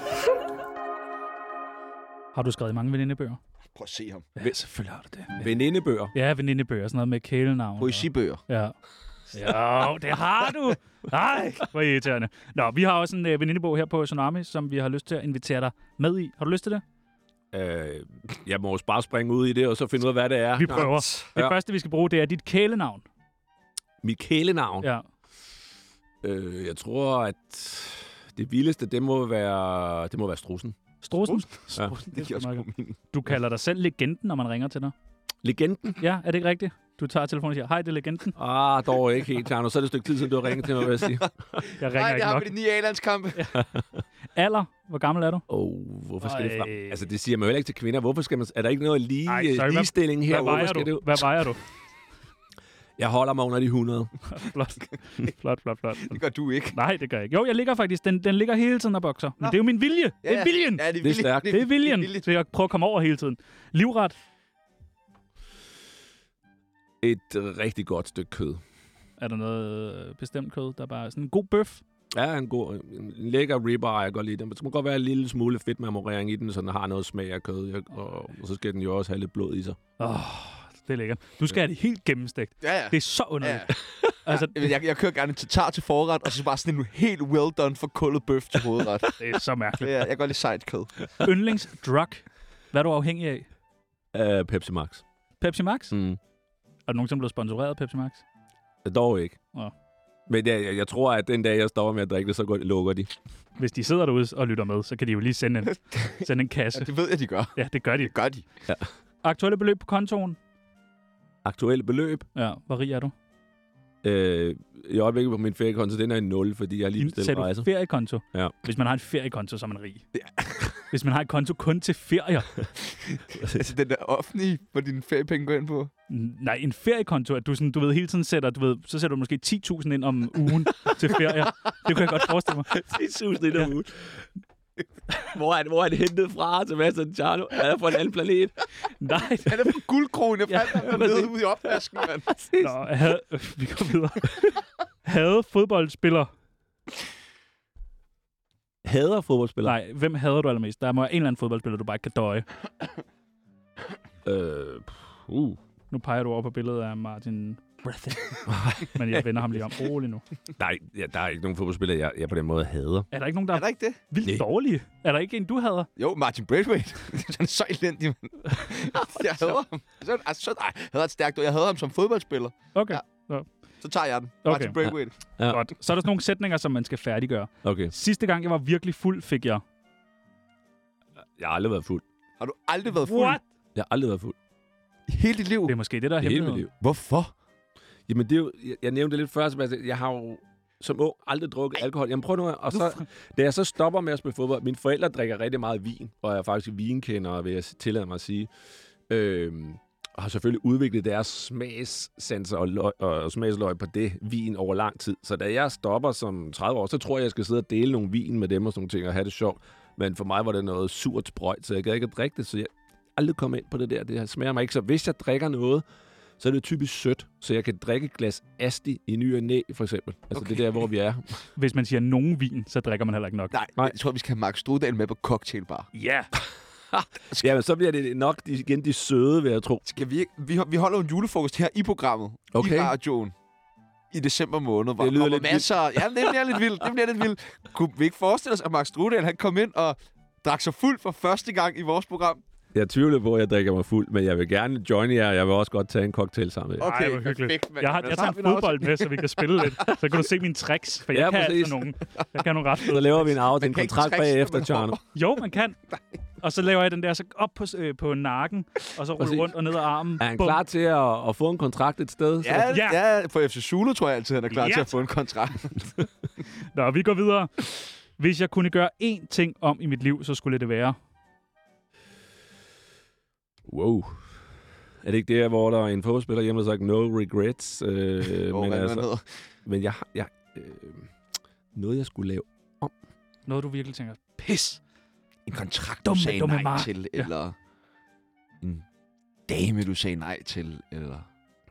Har du skrevet mange venindebøger? Prøv at se ham. Ja, selvfølgelig har du det. Venindebøger? Ja, venindebøger. Sådan noget med kælenavn. Poesibøger? Ja. Jo, det har du! Nej, hvor irriterende. Nå, vi har også en øh, venindebog her på Tsunami, som vi har lyst til at invitere dig med i. Har du lyst til det? Øh, jeg må også bare springe ud i det, og så finde ud af, hvad det er. Vi prøver. Det ja. første, vi skal bruge, det er dit kælenavn. Mit kælenavn? Ja. Øh, jeg tror, at det vildeste, det må være, det må være Strussen. Strussen? Ja. Strussen, det er meget godt. Du kalder dig selv legenden, når man ringer til dig. Legenden? Ja, er det ikke rigtigt? Du tager telefonen og siger, hej, det er legenden. Ah, dog ikke helt, Tjerno. Så er det et stykke tid siden, du har ringet til mig, vil jeg sige. Jeg ringer Nej, ikke det har nok. vi de ni A-landskampe. Ja. Alder? Hvor gammel er du? Åh, oh, hvorfor skal Ej. det frem? Altså, det siger man jo heller ikke til kvinder. Hvorfor skal man... Er der ikke noget lige, Ej, sorry, ligestilling her? Hvad vejer skal du? det... Hvad vejer du? Jeg holder mig under de hundrede. Flot. Flot, flot, flot. Det gør du ikke. Nej, det gør jeg ikke. Jo, jeg ligger faktisk. Den, den ligger hele tiden og bokser. Men det er jo min vilje. Ja, det er viljen. Ja, det er, det er stærkt. Det er viljen. Det er så jeg prøver at komme over hele tiden. Livret. Et rigtig godt stykke kød. Er der noget bestemt kød, der bare er sådan en god bøf? Ja, en god, en lækker ribeye, jeg godt lide den. Det må godt være en lille smule fedtmarmorering i den, så den har noget smag af kød. Jeg, og, og så skal den jo også have lidt blod i sig. Åh, oh, det er lækkert. Du skal have det helt gennemstegt. Ja, ja. Det er så underligt. Ja. Altså, jeg, jeg kører gerne en tatar til forret, og så bare sådan en helt well done for kullet bøf til hovedret. det er så mærkeligt. Ja, jeg kan godt lide sejt kød. Yndlingsdrug. Hvad er du afhængig af? Uh, Pepsi Max. Pepsi Max? Mm. Er du nogensinde blevet sponsoreret af Pepsi Max? Dog ikke. Oh. Men jeg, jeg, jeg tror, at den dag, jeg stopper med at drikke det, så går, lukker de. Hvis de sidder derude og lytter med, så kan de jo lige sende en, sende en kasse. Ja, det ved jeg, de gør. Ja, det gør de. Det gør de. Ja. Aktuelle beløb på kontoen? Aktuelle beløb? Ja, hvor rig er du? Øh, I øjeblikket på min feriekonto, den er en nul, fordi jeg har lige bestilt rejser. feriekonto? Ja. Hvis man har en feriekonto, så er man rig. Ja. Hvis man har et konto kun til ferier. Altså den der offentlige, hvor dine feriepenge går ind på? Nej, en feriekonto, at du, sådan, du ved, hele tiden sætter, du ved, så sætter du måske ti tusind ind om ugen til ferier. Det kunne jeg godt forestille mig. ti tusind ind om ugen. Hvor er det, hvor er det hentet fra, Sebastian Tjerno? Er det fra en anden planet? Nej. Det er fra guldkronen. Jeg fandt ja, ham nede ude i opvasken, mand. Nå, havde, vi går videre. Havde fodboldspiller... Hader fodboldspiller? Nej, hvem hader du allermest? Der må være en eller anden fodboldspiller, du bare ikke kan døje. Øh, uh. Nu peger du over på billedet af Martin Breathitt. Men jeg vender ham lige om. Rolig nu. Nej, ja, der er ikke nogen fodboldspillere, jeg, jeg på den måde hader. Er der ikke nogen, der er, er der ikke det? vildt Nej. dårlige? Er der ikke en, du hader? Jo, Martin Braithwaite. Han er så elendig, mand. Jeg hader ham. Så, altså, så, nej, jeg hader et stærkt ord. Jeg hader ham som fodboldspiller. Okay. Ja. Ja. Så tager jeg den. Okay. Martin Braithwaite. Ja. Godt. Så er der sådan nogle sætninger, som man skal færdiggøre. Okay. Sidste gang, jeg var virkelig fuld, fik jeg... Jeg har aldrig været fuld. Har du aldrig været fuld? What? Jeg har aldrig været fuld. I hele dit liv? Det er måske det, der er Hele mit hemmeligheden. liv. Hvorfor? Jamen, det er jo, jeg, jeg nævnte det lidt før, Sebastian. Jeg har jo som ung aldrig drukket alkohol. Jamen, prøv nu. Og så, da jeg så stopper med at spille fodbold, mine forældre drikker rigtig meget vin, og jeg er faktisk vinkender, vil jeg tillade mig at sige. Øhm, og har selvfølgelig udviklet deres smagssanser og, løg, og smagsløg på det vin over lang tid. Så da jeg stopper som tredive år, så tror jeg, jeg skal sidde og dele nogle vin med dem og sådan nogle ting og have det sjovt. Men for mig var det noget surt sprøjt, så jeg gad ikke at drikke det, så jeg aldrig kom ind på det der. Det smager mig ikke. Så hvis jeg drikker noget, så er det typisk sødt, så jeg kan drikke et glas Asti i ny og næ, for eksempel. Altså okay. Det er der, hvor vi er. Hvis man siger nogen vin, så drikker man heller ikke nok. Nej, Nej. Jeg tror, vi skal have Mark Strudal med på cocktailbar. Ja! Yeah. Ja, men så bliver det nok de, igen de søde, vil jeg tro. Skal vi, vi, vi holder en julefrokost her i programmet, okay. i radioen, i december måned, hvor det lyder der lidt masser... Ja, det bliver lidt vildt. Det bliver lidt vildt. Kunne vi ikke forestille os, at Mark Strudal, han kom ind og drak sig fuld for første gang i vores program. Jeg tvivler på, at jeg drikker mig fuld, men jeg vil gerne joine jer. Jeg vil også godt tage en cocktail sammen med jer. Okay, Ej, hvor hyggeligt. perfekt. Men, Jeg har, men jeg så tager har en vi fodbold med, så vi kan spille lidt. Så kan du se mine tricks, for jeg Ja, kan præcis. altså nogle. Jeg kan nogle ret fede Så laver vi en aftale, en kan ikke kontrakt trække, bagefter, når man Tjerno. Jo, man kan. Og så laver jeg den der så op på, øh, på nakken, og så ruller Præcis. rundt og ned ad armen. Er han Bum. klar til at, at få en kontrakt et sted? Så? Ja, Ja. ja, på F C Zulu tror jeg altid, han er klar Ja. til at få en kontrakt. Nå, vi går videre. Hvis jeg kunne gøre én ting om i mit liv, så skulle det være... Wow. Er det ikke der, hvor der er en fodboldspiller hjemme, der har sagt no regrets? Øh, Hvor men, man altså, altså... men jeg har... Jeg, øh, noget, jeg skulle lave. Noget, du virkelig tænker, pis. En kontrakt, du Dumme, sagde dumme nej mar. til, Ja. eller en dame, du sagde nej til, eller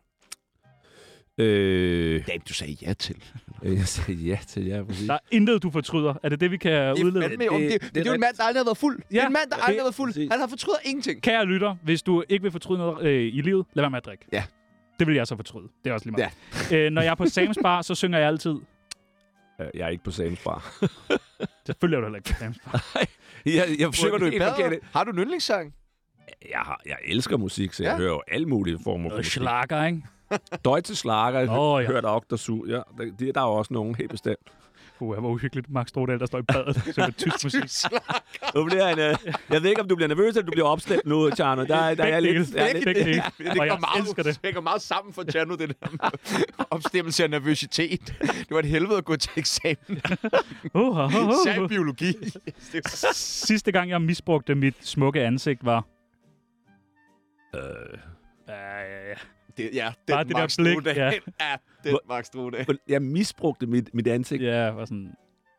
Øh, dame, du sagde ja til. jeg sagde ja til jer, præcis. Der er intet, du fortryder. Er det det, vi kan Det er, udlede? fandme, om det, det, det er det er jo en rigtigt. mand, der aldrig har været fuld. Det er Ja. en mand, der Ja, aldrig har været fuld. præcis. Han har fortrydet ingenting. Kære lytter, hvis du ikke vil fortryde noget øh, i livet, lad være med at drikke. Ja. Det vil jeg så fortryde. Det er også lige meget. Ja. Øh, når jeg er på Sam's Bar, så synger jeg altid. Øh, Jeg er ikke på Sam's Bar. Selvfølgelig er du heller ikke på Sam's Bar. jeg, jeg Synger du i helt badet? forkert. Har du en yndlingssang? Jeg, har, jeg elsker musik, så jeg Ja. hører jo alle mulige former for Noget musik. slager, ikke? Deutsche Schlager, Åh, oh, ja. ja. hørt og Oktasu. Ja, der, det, der er jo også nogen helt bestemt. Uh, hvor uhyggeligt. Max Strodal, der står i badet. Synger tysk musik. Nu bliver han, øh, jeg ved ikke, om du bliver nervøs, eller du bliver opstemt nu, Tjerno. Der, er- der er jeg Begge lidt... dele. Jeg er lidt Begge dele. Det Og går jeg meget, elsker det. Det går meget sammen for Tjerno, det der med opstemmelse og nervøsitet. Det var et helvede at gå til eksamen. Uh, uh, uh, uh. Særlig biologi. Sidste gang, jeg misbrugte mit smukke ansigt, var... Øh, Ja, ja, ja. Det, ja, Bare den det der Max blik, Strudal. ja. Ja, den Hvor- Max Strudal. jeg misbrugte mit, mit ansigt. Ja, var sådan...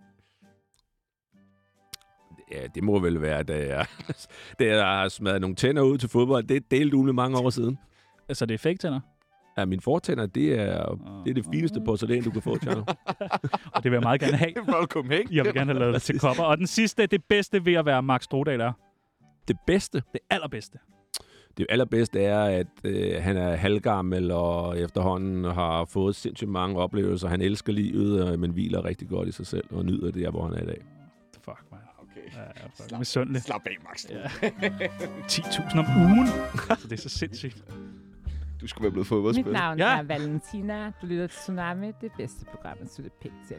Ja, det må vel være, da jeg, da jeg har smadret nogle tænder ud til fodbold. Det delte du med mange år siden. Altså, det er fake tænder. Ja, mine fortænder, det er, det er det fineste porcelæn, du kan få, Tjerno. Og det vil jeg meget gerne have. Velkommen, ikke? Jeg vil gerne have lavet det til kopper. Og den sidste, det bedste ved at være Max Strodal er... Det bedste, Det allerbedste. det allerbedste er, at øh, han er halvgammel og efterhånden har fået sindssygt mange oplevelser. Han elsker livet, øh, men hviler rigtig godt i sig selv og nyder det, hvor han er i dag. Fuck, man. Okay. Ja, ja, fuck. Misundelig. Slap af, Max. Ja. ti tusind om ugen. Så det er så sindssygt. Du skulle være blevet Mit fodboldspiller. navn Ja. er Valentina. Du lytter til Tsunami, det bedste program, at slutte pænt til.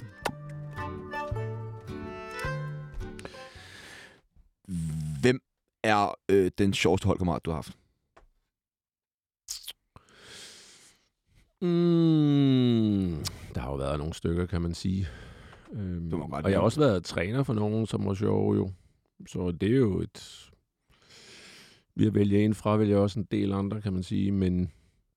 Hvem er øh, den sjoveste holdkammerat, du har haft? Mm, der har jo været nogle stykker, kan man sige. Øhm, Du må godt og jeg har nævne. også været træner for nogen, som var sjove jo. Så det er jo et... Vi har vælget en fra, vælger også en del andre, kan man sige, men...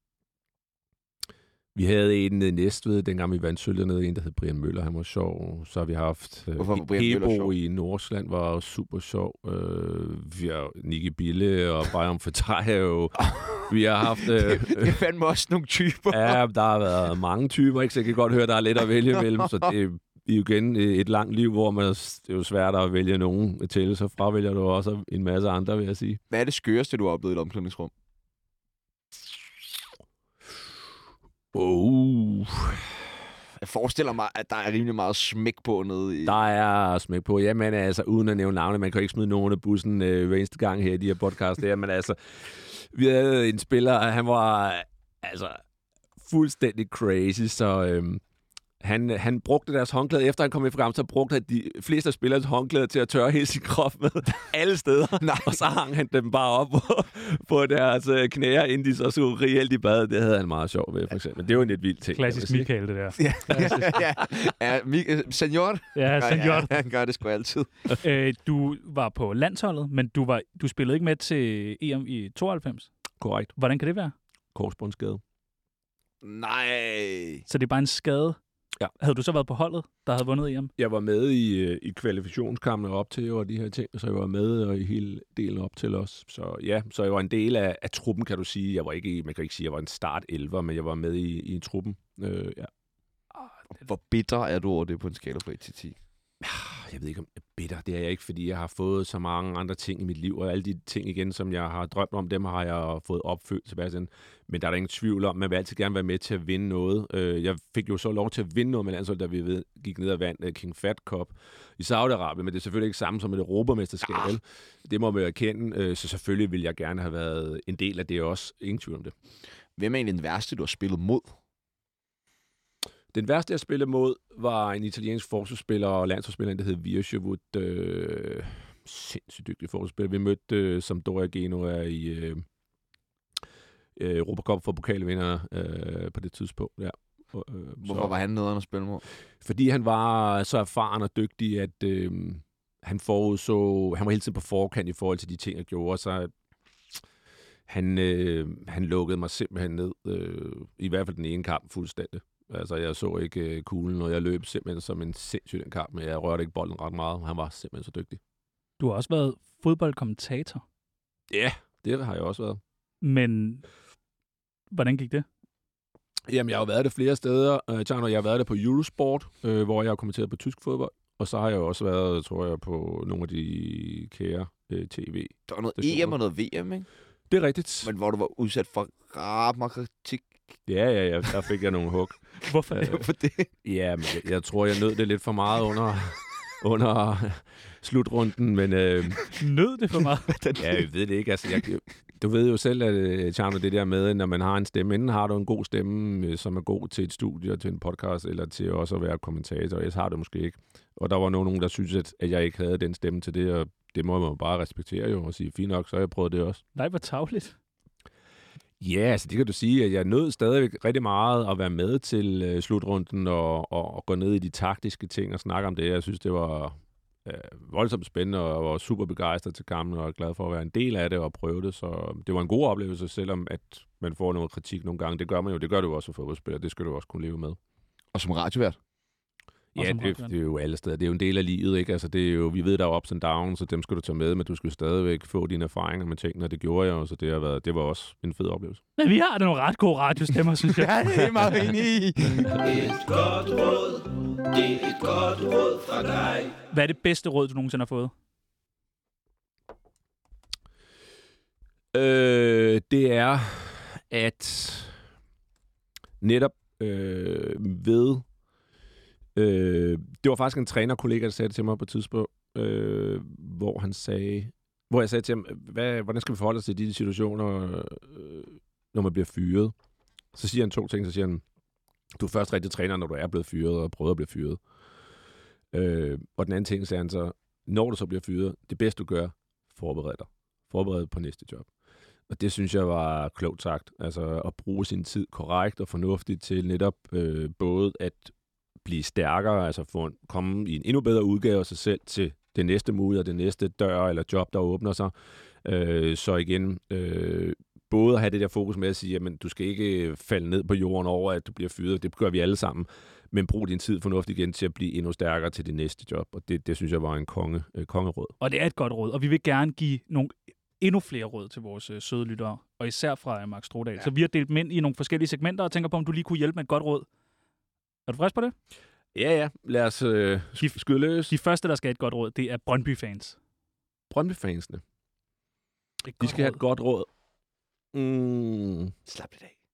Vi havde en nede i Næstved, dengang vi vandt sølv dernede, en, der hed Brian Møller, han var sjov. Så har vi haft øh, Hvorfor var Brian Møller Hebo sjov? i Nordsjælland, var super sjov. Øh, vi har Nicky Bille og Brian Fatah jo. Vi har haft... Øh, Det er fandme også nogle typer. Ja, der har været mange typer, ikke? Så jeg kan godt høre, der er lidt at vælge imellem. Så det er jo igen et langt liv, hvor man, det er jo svært at vælge nogen til, så fravælger du også en masse andre, vil jeg sige. Hvad er det skøreste, du har oplevet i et omklædningsrum? Oh. Jeg forestiller mig, at der er rimelig meget smæk på nede i... Der er smæk på. Jamen altså, uden at nævne navne, man kan jo ikke smide nogen af bussen øh, hver eneste gang her i de her podcast her, men altså, vi havde en spiller, og han var altså fuldstændig crazy, så øhm, han, han brugte deres håndklæder, efter han kom i program, så brugte han de fleste af spillernes håndklæder til at tørre hele sin krop med alle steder. Nej. Og så hang han dem bare op på, på deres øh, knæer, inden de så skulle reelt i bad. Det havde han meget sjov ved, for eksempel. Men det var en lidt vild ting. Klassisk kan man sige. Michael, det der. Ja, ja, ja. Mik- Senior? Ja, senior. Ja, han gør det sgu altid. Øh, du var på landsholdet, men du, var, du spillede ikke med til E M i tooghalvfems. Korrekt. Hvordan kan det være? Korsbåndsskade. Nej. Så det er bare en skade? Ja. Havde du så været på holdet, der havde vundet E M? Jeg var med i, øh, i kvalifikationskampene op til, og de her ting, så jeg var med og i hele delen op til os. Så ja, så jeg var en del af, af truppen, kan du sige. Jeg var ikke, i- man kan ikke sige, at jeg var en start elver, men jeg var med i, i truppen. Øh, ja. Hvor bitter er du over det på en skala fra et til ti? Jeg ved ikke, om jeg er bitter. Det er jeg ikke, fordi jeg har fået så mange andre ting i mit liv, og alle de ting igen, som jeg har drømt om, dem har jeg fået opfyldt, Sebastian. Men der er der ingen tvivl om, man vil altid gerne være med til at vinde noget. Jeg fik jo så lov til at vinde noget med landsholdet, da vi ved, gik ned og vandt King Fahd Cup i Saudi-Arabien, men det er selvfølgelig ikke samme som et europamesterskab. Ah. Det må man erkende, så selvfølgelig vil jeg gerne have været en del af det også. Ingen tvivl om det. Hvem er egentlig den værste, du har spillet mod? Den værste, jeg spillede mod, var en italiensk forsvarsspiller og landsholdsspiller, der hed Virchevut. Øh, sindssygt dygtig forsvarsspiller. Vi mødte øh, Sampdoria Genoa i øh, Europa Cup for pokalvinder øh, på det tidspunkt. Ja. Og, øh, Hvorfor så, var han nederen at spille mod? Fordi han var så erfaren og dygtig, at øh, han forudså, han var hele tiden på forkant i forhold til de ting, jeg gjorde. Så han, øh, han lukkede mig simpelthen ned, øh, i hvert fald den ene kamp fuldstændig. Altså, jeg så ikke øh, kuglen, og jeg løb simpelthen som en sindssyg den kamp, men jeg rørte ikke bolden ret meget. Han var simpelthen så dygtig. Du har også været fodboldkommentator. Ja, det har jeg også været. Men hvordan gik det? Jamen, jeg har været det flere steder. Uh, Tjerno, jeg har været det på Eurosport, øh, hvor jeg har kommenteret på tysk fodbold. Og så har jeg også været, tror jeg, på nogle af de kære øh, tv. Der var noget E M og noget V M, ikke? Det er rigtigt. Men hvor du var udsat for ret meget kritik. Ja, ja, ja. Der fik jeg nogle hug. Hvorfor det? Hvorfor det? Ja, men jeg, jeg tror, jeg nød det lidt for meget under, under slutrunden, men... Øh, nød det for meget? Ja, jeg ved det ikke. Altså, jeg, du ved jo selv, at Tjerno, det der med, når man har en stemme, enten har du en god stemme, som er god til et studie, til en podcast, eller til også at være kommentator, og jeg har det måske ikke. Og der var nogen, der synes, at, at jeg ikke havde den stemme til det, og det må man bare respektere jo, og sige, fint nok, så har jeg prøvet det også. Nej, hvor tarveligt. Ja, altså det kan du sige, at jeg nød stadigvæk rigtig meget at være med til øh, slutrunden og, og, og gå ned i de taktiske ting og snakke om det. Jeg synes, det var øh, voldsomt spændende og var super begejstret til kampen og glad for at være en del af det og prøve det. Så det var en god oplevelse, selvom at man får noget kritik nogle gange. Det gør man jo, det gør du jo også for fodboldspiller. Det skal du også kunne leve med. Og som radiovært? Ja, det, det er jo alle steder. Det er jo en del af livet, ikke? Altså, det er jo, vi ved, der er ups and downs, så dem skal du tage med, men du skal stadigvæk få dine erfaringer med tingene, og det gjorde jeg, og så det, har været, det var også en fed oplevelse. Men vi har da nogle ret gode radiostemmer, synes jeg. Ja, det er meget enig i. Et godt råd, det er et godt råd fra dig. Hvad er det bedste råd, du nogensinde har fået? Øh, det er, at netop øh, ved Øh, det var faktisk en trænerkollega, der sagde det til mig på et tidspunkt, øh, hvor han sagde, hvor jeg sagde til ham, hvad, hvordan skal vi forholde os til de situationer, øh, når man bliver fyret? Så siger han to ting, så siger han, du er først rigtig træner, når du er blevet fyret, og prøver at blive fyret. Øh, og den anden ting, sagde han så, når du så bliver fyret, det bedste du gør, forbered dig. Forbered på næste job. Og det synes jeg var klogt sagt, altså at bruge sin tid korrekt og fornuftigt til netop øh, både at blive stærkere, altså få en, komme i en endnu bedre udgave af sig selv til det næste mulighed, det næste dør eller job, der åbner sig. Øh, så igen, øh, både at have det der fokus med at sige, jamen du skal ikke falde ned på jorden over, at du bliver fyret, det gør vi alle sammen, men brug din tid fornuftigt igen til at blive endnu stærkere til det næste job, og det, det synes jeg var en konge, øh, kongeråd. Og det er et godt råd, og vi vil gerne give nogle endnu flere råd til vores øh, søde lyttere, og især fra Mark Strodal. Ja. Så vi har delt dem ind i nogle forskellige segmenter, og tænker på, om du lige kunne hjælpe med et godt råd. Er du frisk på det? Ja, ja. Lad os øh, skyde løs. De første, der skal have et godt råd, det er Brøndby-fans. Brøndby-fansene? De skal råd. have et godt råd. Mm. Slap lidt af.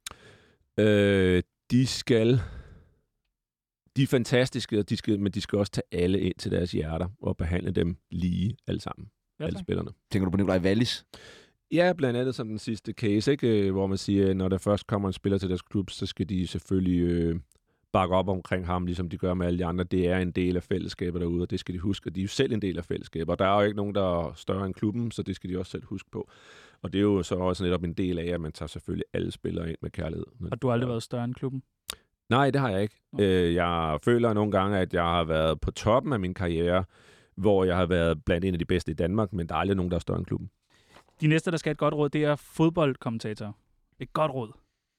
Øh, de skal... De er fantastiske, og de skal, men de skal også tage alle ind til deres hjerter og behandle dem lige alle sammen. Ja, alle spillerne. Tænker du på Nikolaj Wallis? Ja, blandt andet som den sidste case, ikke? Hvor man siger, at når der først kommer en spiller til deres klub, så skal de selvfølgelig øh, bakke op omkring ham, ligesom de gør med alle de andre. Det er en del af fællesskabet derude, og det skal de huske. Og de er jo selv en del af fællesskabet, og der er jo ikke nogen, der er større end klubben, så det skal de også selv huske på. Og det er jo så også netop en del af, at man tager selvfølgelig alle spillere ind med kærlighed. Og du har aldrig været større end klubben? Nej, det har jeg ikke. Okay. Jeg føler nogle gange, at jeg har været på toppen af min karriere, hvor jeg har været blandt en af de bedste i Danmark, men der er aldrig nogen, der er større end klubben. De næste, der skal have et godt råd, det er fodboldkommentator. Et godt råd.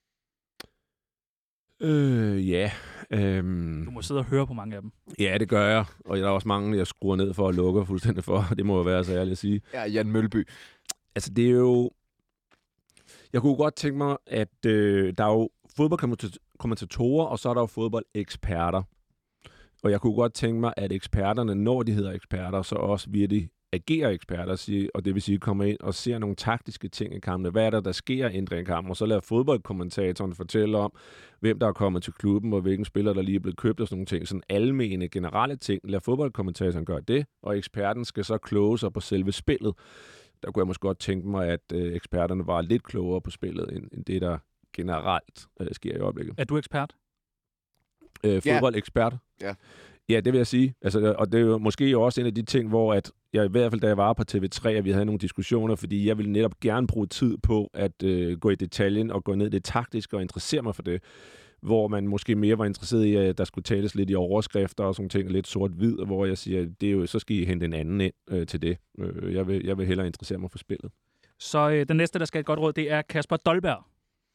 Øh, ja. Øhm... Du må sidde og høre på mange af dem. Ja, det gør jeg. Og der er også mange, jeg skruer ned for at lukke fuldstændig for. Det må jo være så ærligt at sige. Ja, Jan Mølby. Altså, det er jo... Jeg kunne godt tænke mig, at øh, der er jo fodboldkommentatorer, og så er der jo fodboldeksperter. og jeg kunne godt tænke mig, at eksperterne, når de hedder eksperter, så også virkelig agerer eksperter, og det vil sige, kommer ind og ser nogle taktiske ting i kampene. Hvad er der, der sker ændring i kampen? Og så lader fodboldkommentatoren fortælle om, hvem der er kommet til klubben, og hvilken spiller, der lige er blevet købt og sådan nogle ting. Sådan almene, generelle ting. Lad fodboldkommentatoren gøre det, og eksperten skal så kloge sig på selve spillet. Der kunne jeg måske godt tænke mig, at øh, eksperterne var lidt klogere på spillet, end, end det, der generelt øh, sker i øjeblikket. Er du ekspert? Øh, fodboldekspert? Ja. Yeah. Ja, det vil jeg sige. Altså, og det er jo måske også en af de ting, hvor at jeg i hvert fald, da jeg var på T V tre, at vi havde nogle diskussioner, fordi jeg ville netop gerne bruge tid på at øh, gå i detaljen og gå ned i det taktiske og interessere mig for det, hvor man måske mere var interesseret i, at der skulle tales lidt i overskrifter og sådan ting, lidt sort-hvid, og hvor jeg siger, det er jo, så skal I hente en anden ind øh, til det. Øh, jeg, vil, jeg vil hellere interessere mig for spillet. Så øh, den næste, der skal have et godt råd, det er Kasper Dolberg.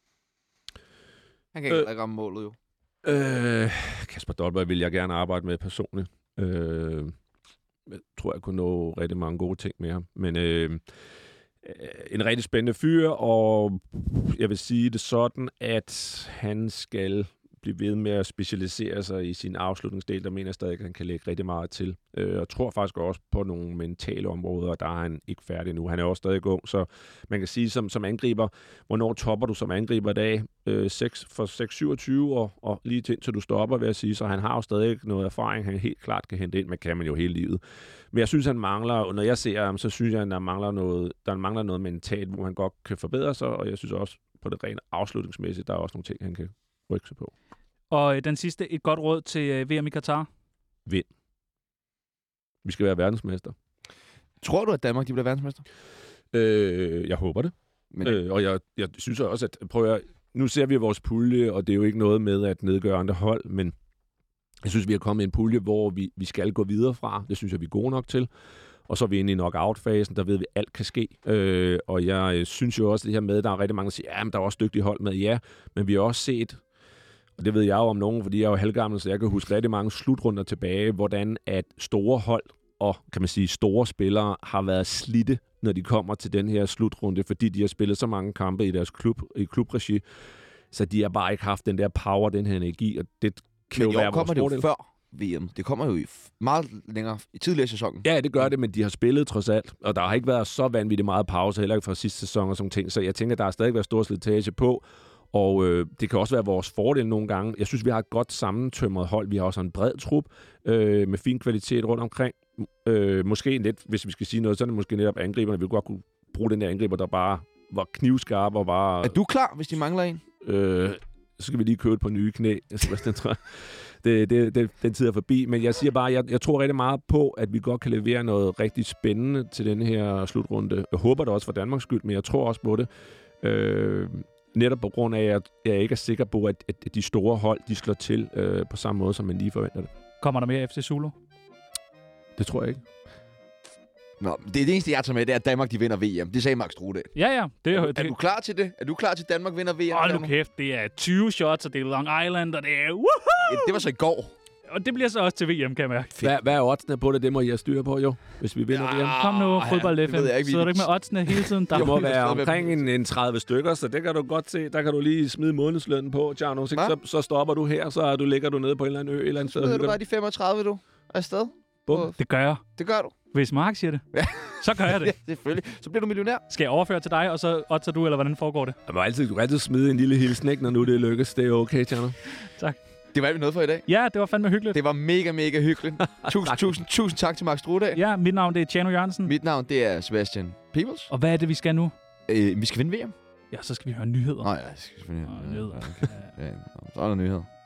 Han kan ikke øh, ramme målet, jo. Øh, Kasper Dolberg vil jeg gerne arbejde med personligt. Øh, jeg tror, jeg kunne nå rigtig mange gode ting med ham. Men øh, en rigtig spændende fyr, og jeg vil sige det sådan, at han skal blive ved med at specialisere sig i sin afslutningsdel. Der mener jeg stadig, at han kan lægge rigtig meget til. Øh, jeg tror faktisk også på nogle mentale områder, og der er han ikke færdig nu. Han er også stadig ung, så man kan sige som, som angriber, hvornår topper du som angriber i dag? Øh, seks, for seks syvogtyve og, og lige til, til du stopper, vil jeg sige. Så han har jo stadig noget erfaring, han helt klart kan hente ind, men kan man jo hele livet. Men jeg synes, han mangler, og når jeg ser ham, så synes jeg, at der mangler noget, der mangler noget mentalt, hvor han godt kan forbedre sig, og jeg synes også på det rene afslutningsmæssigt, der er også nogle ting, han kan rykke sig på. Og øh, den sidste, et godt råd til øh, V M i Katar? Vind. Vi skal være verdensmester. Tror du, at Danmark de bliver verdensmester? Øh, jeg håber det. Men... Øh, og jeg, jeg synes også, at prøv at, nu ser vi vores pulje, og det er jo ikke noget med at nedgøre andre hold, men jeg synes, vi er kommet i en pulje, hvor vi, vi skal gå videre fra. Det synes jeg, vi er gode nok til. Og så er vi inde i knockout-fasen, der ved vi, at alt kan ske. Øh, og jeg synes jo også, det her med, der er rigtig mange, der siger, ja, men der er også dygtige hold med, ja. Men vi har også set, og det ved jeg jo om nogen, fordi jeg er jo halvgammel, så jeg kan huske rigtig mange slutrunder tilbage, hvordan at store hold og, kan man sige, store spillere har været slidte, når de kommer til den her slutrunde, fordi de har spillet så mange kampe i deres klub, i klubregi, så de har bare ikke haft den der power, den her energi, og det kan men jo være kommer det jo før V M. Det kommer jo i meget længere, i tidligere sæsonen. Ja, det gør det, men de har spillet trods alt, og der har ikke været så vanvittigt meget pause, heller ikke fra sidste sæson og sådan ting, så jeg tænker, der har stadig været stor slitage på, og øh, det kan også være vores fordel nogle gange. Jeg synes, vi har et godt sammentømret hold. Vi har også en bred trup øh, med fin kvalitet rundt omkring. Øh, måske lidt, hvis vi skal sige noget, så er det måske netop angriberne. Vi vil godt kunne bruge den der angriber, der bare var knivskarp og bare... Er du klar, hvis de mangler en? Øh, så skal vi lige købe et par nye knæ. Den, tror jeg, det, det, det, den tid er forbi. Men jeg siger bare, jeg, jeg tror rigtig meget på, at vi godt kan levere noget rigtig spændende til den her slutrunde. Jeg håber det også for Danmarks skyld, men jeg tror også på det. Øh, Netop på grund af, at jeg ikke er sikker på, at, at de store hold, de slår til øh, på samme måde, som man lige forventer det. Kommer der mere F C Zulu? Det tror jeg ikke. Nå, det er det eneste, jeg tager med, det er, at Danmark de vinder V M. Det sagde Max Strudal. Ja, ja. Det er, er, det... er du klar til det? Er du klar til, at Danmark vinder V M? Hold nu kæft, det er tyve shots, og det er Long Island, og det er... Woohoo! Ja, det var så i går. Og det bliver så også til V M, kan jeg mærke. Hvad, hvad er oddsene på det? Det må I have styr på, jo, hvis vi vinder ja, V M. Kom nu, fodbold F M. Sidder du ikke med oddsene hele tiden? Der må være omkring en, en tredive stykker, så det kan du godt se. Der kan du lige smide månedslønnen på, Tjerno. Så, så, så stopper du her, så du ligger du nede på en eller anden ø. Et eller andet sted. Så du bare de femogtredive, du er afsted. Bum. Det gør jeg. Det gør du. Hvis Mark siger det, ja. Så gør jeg det. Ja, selvfølgelig. Så bliver du millionær. Skal jeg overføre til dig, og så oddser du, eller hvordan foregår det? Jeg må altid, du kan altid smide en lille hilsen, når nu det lykkes. Det er okay, Tjerno. Tak. Det var alt, vi nåede for i dag. Ja, det var fandme hyggeligt. Det var mega, mega hyggeligt. tusind, tusind, tusind tak til Max Strudal. Ja, mit navn det er Tjerno Jørgensen. Mit navn det er Sebastian Peebles. Og hvad er det, vi skal nu? Øh, vi skal vinde V M. Ja, så skal vi høre nyheder. Nå ja, så skal vi høre nyheder. Okay. Ja, så er der nyheder.